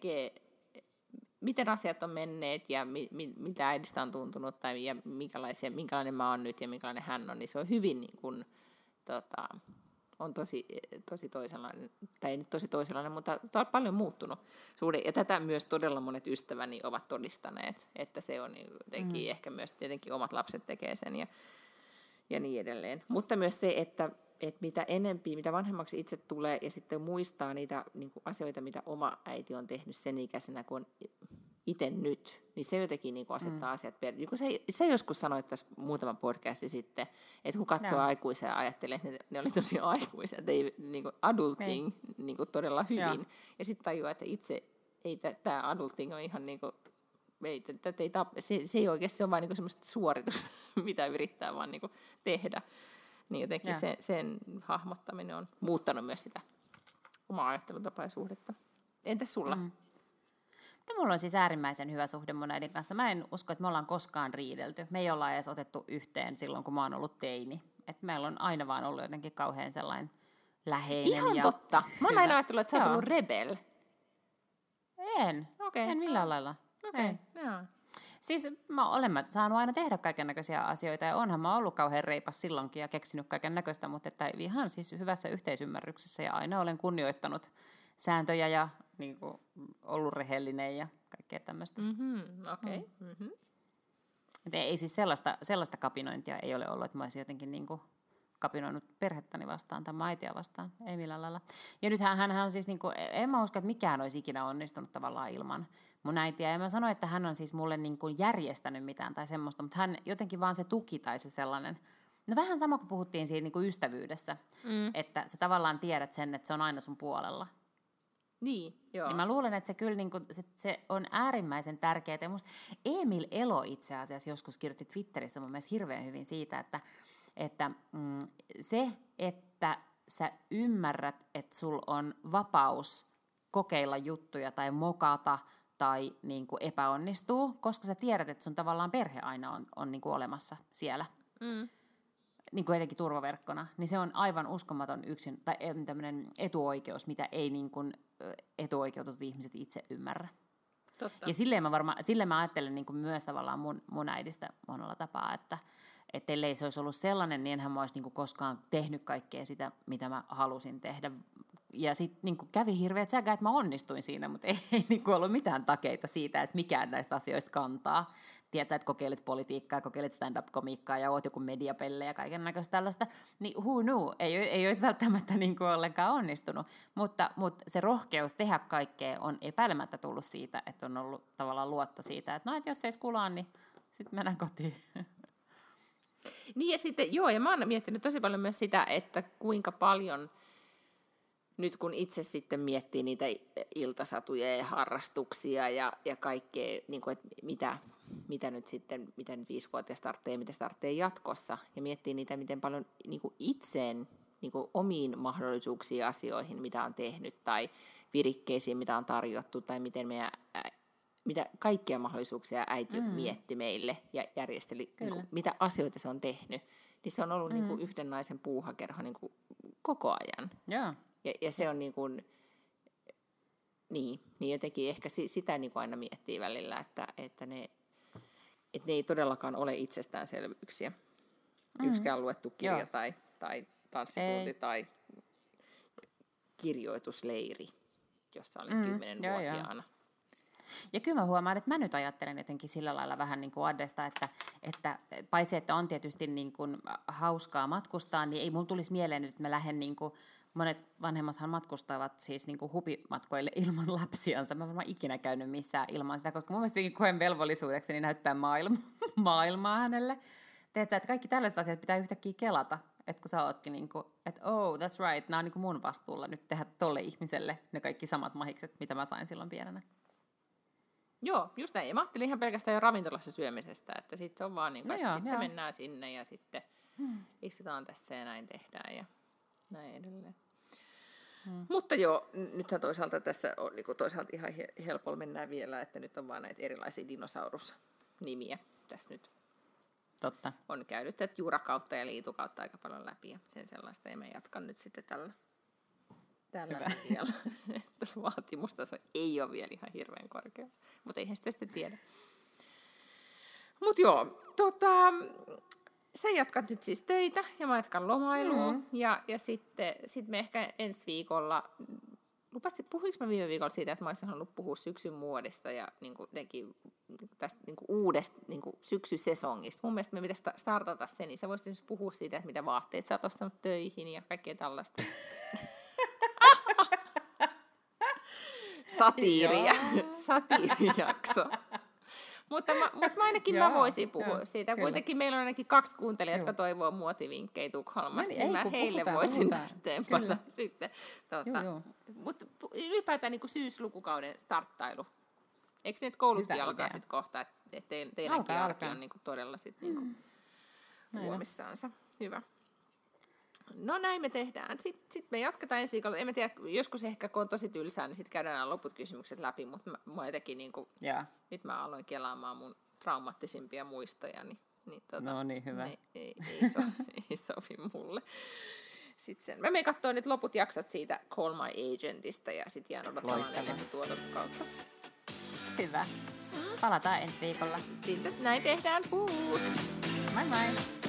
miten asiat on menneet ja mitä äidistä on tuntunut ja minkälainen mä oon nyt ja minkälainen hän on, niin se on hyvin niin kuin, on tosi toisenlainen, tai ei nyt tosi toisenlainen, mutta on paljon muuttunut suhde. Ja tätä myös todella monet ystäväni ovat todistaneet, että se on jotenkin ehkä myös tietenkin omat lapset tekee sen ja niin edelleen. Mutta myös se, että mitä enempi, mitä vanhemmaksi itse tulee ja sitten muistaa niitä niin kuin asioita, mitä oma äiti on tehnyt sen ikäisenä, kun on itse nyt, niin se jotenkin niin kuin asettaa asiat perään. Niin se joskus sanoit tässä muutama podcasti sitten, että kun katsoo aikuisia ja ajattelee, että ne oli tosi aikuisia, että ei niin kuin adulting niin kuin todella hyvin. Ja sitten tajuaa, että itse ei tämä adulting on ihan niin kuin, se ei oikeasti, se on vain niin kuin semmoista suoritus, mitä yrittää vaan niin kuin tehdä. Niin jotenkin sen hahmottaminen on muuttanut myös sitä omaa ajattelutapaa ja suhdetta. Entäs sulla? No, mulla on siis äärimmäisen hyvä suhde mun äidin kanssa. Mä en usko, että me ollaan koskaan riidelty. Me ei olla edes otettu yhteen silloin, kun mä oon ollut teini. Et meillä on aina vaan ollut jotenkin kauhean sellainen läheinen. Ihan totta. Mä oon aina ajatellut, että sä oot ollut rebel. En millään lailla. Okei. Siis mä olen saanut aina tehdä kaikennäköisiä asioita ja onhan mä ollut kauhean reipas silloinkin ja keksinyt kaiken näköistä, mutta että ihan siis hyvässä yhteisymmärryksessä ja aina olen kunnioittanut sääntöjä ja niin kuin, ollut rehellinen ja kaikkea tämmöistä. Okei. Ei siis sellaista kapinointia ei ole ollut, että mä olisin jotenkin niin kuin kapinoinut perhettäni vastaan tai äitiä vastaan, ei millään lailla. Ja nythän hän on siis, niin kuin, en mä usko, että mikään olisi ikinä onnistunut tavallaan ilman mun äitiä. Ja mä sanoin, että hän on siis mulle niin kuin järjestänyt mitään tai semmoista, mutta hän jotenkin vaan se tuki tai se sellainen. No vähän sama kuin puhuttiin siinä niin kuin ystävyydessä, että sä tavallaan tiedät sen, että se on aina sun puolella. Niin, joo. Niin mä luulen, että se kyllä niin kuin, se on äärimmäisen tärkeää. Ja musta Emil Elo itse asiassa joskus kirjoitti Twitterissä mun mielestä hirveän hyvin siitä, että se, että sä ymmärrät, että sul on vapaus kokeilla juttuja tai mokata tai niin kuin epäonnistuu, koska sä tiedät, että sun tavallaan perhe aina on niin kuin olemassa siellä. Niin kuin jotenkin turvaverkkona, niin se on aivan uskomaton tai tämmöinen etuoikeus, mitä ei niin kuin etuoikeutut ihmiset itse ymmärrä. Totta. Ja silleen mä ajattelen niin kuin myös tavallaan mun äidistä monella tapaa, että ellei se olisi ollut sellainen, niin enhän mä olisi niin kuin koskaan tehnyt kaikkea sitä, mitä mä halusin tehdä. Ja sitten niin kävi hirveät säkä, että mä onnistuin siinä, mutta ei niin kuin ollut mitään takeita siitä, että mikään näistä asioista kantaa. Tiedätkö, että kokeilet politiikkaa, kokeilet stand-up-komiikkaa ja oot joku mediapelle ja kaiken näköistä tällaista, niin who knew, ei olisi välttämättä niin kuin ollenkaan onnistunut. Mutta se rohkeus tehdä kaikkea on epäilemättä tullut siitä, että on ollut tavallaan luotto siitä, että no, että jos ei skulaa, niin sitten mennään kotiin. Niin ja sitten, joo, ja mä oon miettinyt tosi paljon myös sitä, että kuinka paljon nyt kun itse sitten miettii niitä iltasatuja ja harrastuksia ja kaikkea, niin kuin, että mitä nyt 5-vuotias tarvitsee, mitä se tarvitsee jatkossa, ja miettii niitä, miten paljon niin kuin itseen, niin kuin omiin mahdollisuuksiin ja asioihin, mitä on tehnyt, tai virikkeisiin, mitä on tarjottu, tai mitä kaikkia mahdollisuuksia äiti mietti meille ja järjesteli, niin kuin, mitä asioita se on tehnyt, niin se on ollut niin kuin yhden naisen puuhakerho niin kuin koko ajan. Joo. Ja se on niin kuin, niin jotenkin ehkä sitä niin kuin aina miettii välillä, että ne ei todellakaan ole itsestäänselvyyksiä. Yksikään luettu kirja tai tanssitunti tai kirjoitusleiri, jossa olin 10-vuotiaana. Ja kyllä mä huomaan, että mä nyt ajattelen jotenkin sillä lailla vähän niin kuin Addesta, että paitsi että on tietysti niin kuin hauskaa matkustaa, niin ei mulla tulisi mieleen nyt, että mä lähden niin kuin monet vanhemmathan matkustavat siis niin kuin hupimatkoille ilman lapsiansa. Mä en varmaan ikinä käynyt missään ilman sitä, koska mun mielestä koen velvollisuudekseni näyttää maailmaa hänelle. Tiedätkö, että kaikki tällaiset asiat pitää yhtäkkiä kelata. Että kun sä ootkin niin kuin, että oh, that's right, nämä on niin kuin mun vastuulla nyt tehdä tolle ihmiselle ne kaikki samat mahikset, mitä mä sain silloin pienenä. Joo, just näin. Ja mä ajattelin ihan pelkästään jo ravintolassa syömisestä, että sitten se on vaan niin kuin, että sitten mennään sinne ja sitten istutaan tässä ja näin tehdään ja näin edelleen. Mutta joo, nythän toisaalta tässä on niin kuin toisaalta ihan helpolla mennään vielä, että nyt on vaan näitä erilaisia dinosaurusnimiä tässä nyt. Totta. On käynyt että juurakautta ja liitukautta aika paljon läpi ja sen sellaista, ja mä jatkan nyt sitten tällä vielä, että vaatimustaso ei ole vielä ihan hirveän korkea, mutta eihän sitä sitten tiedä. Mutta joo, sä jatkat nyt siis töitä ja mä jatkan lomailua ja sitten me ehkä ensi viikolla, puhuinko mä viime viikolla siitä, että mä olisin halunnut puhua syksyn muodista ja niinku tästä niinku uudesta niinku syksysesongista. Mun mielestä me pitäisi startata sen, niin sä voisit puhua siitä, että mitä vaatteet sä oot ostanut töihin ja kaikkea tällaista. Satiirijakso. Mutta mä voisin puhua siitä. Kyllä. Kuitenkin meillä on ainakin 2 kuuntelijaa, jotka toivoo muotivinkkejä Tukholmasta. Niin mä heille voisin tästä tempata sitten. Mutta ylipäätään niin kuin syyslukukauden starttailu. Eikö ne koulutkin alkaa sitten kohta? Että teidänkin arki on niin kuin todella sitten niin huomissaansa. Hyvä. No näin me tehdään. Sitten me jatketaan ensi viikolla. En mä tiedä, joskus ehkä kun on tosi tylsää, niin sitten käydään nämä loput kysymykset läpi, mutta mä jotenkin niinku, nyt mä aloin kelaamaan mun traumaattisimpia muistoja, no niin, hyvä. Ne ei sovi mulle. Sitten mä menen katsoa nyt loput jaksot siitä Call My Agentista ja sitten jään odottamaan 4 tuotantokautta. Hyvä. Palataan ensi viikolla. Siltä näin tehdään. Puus! Moi moi!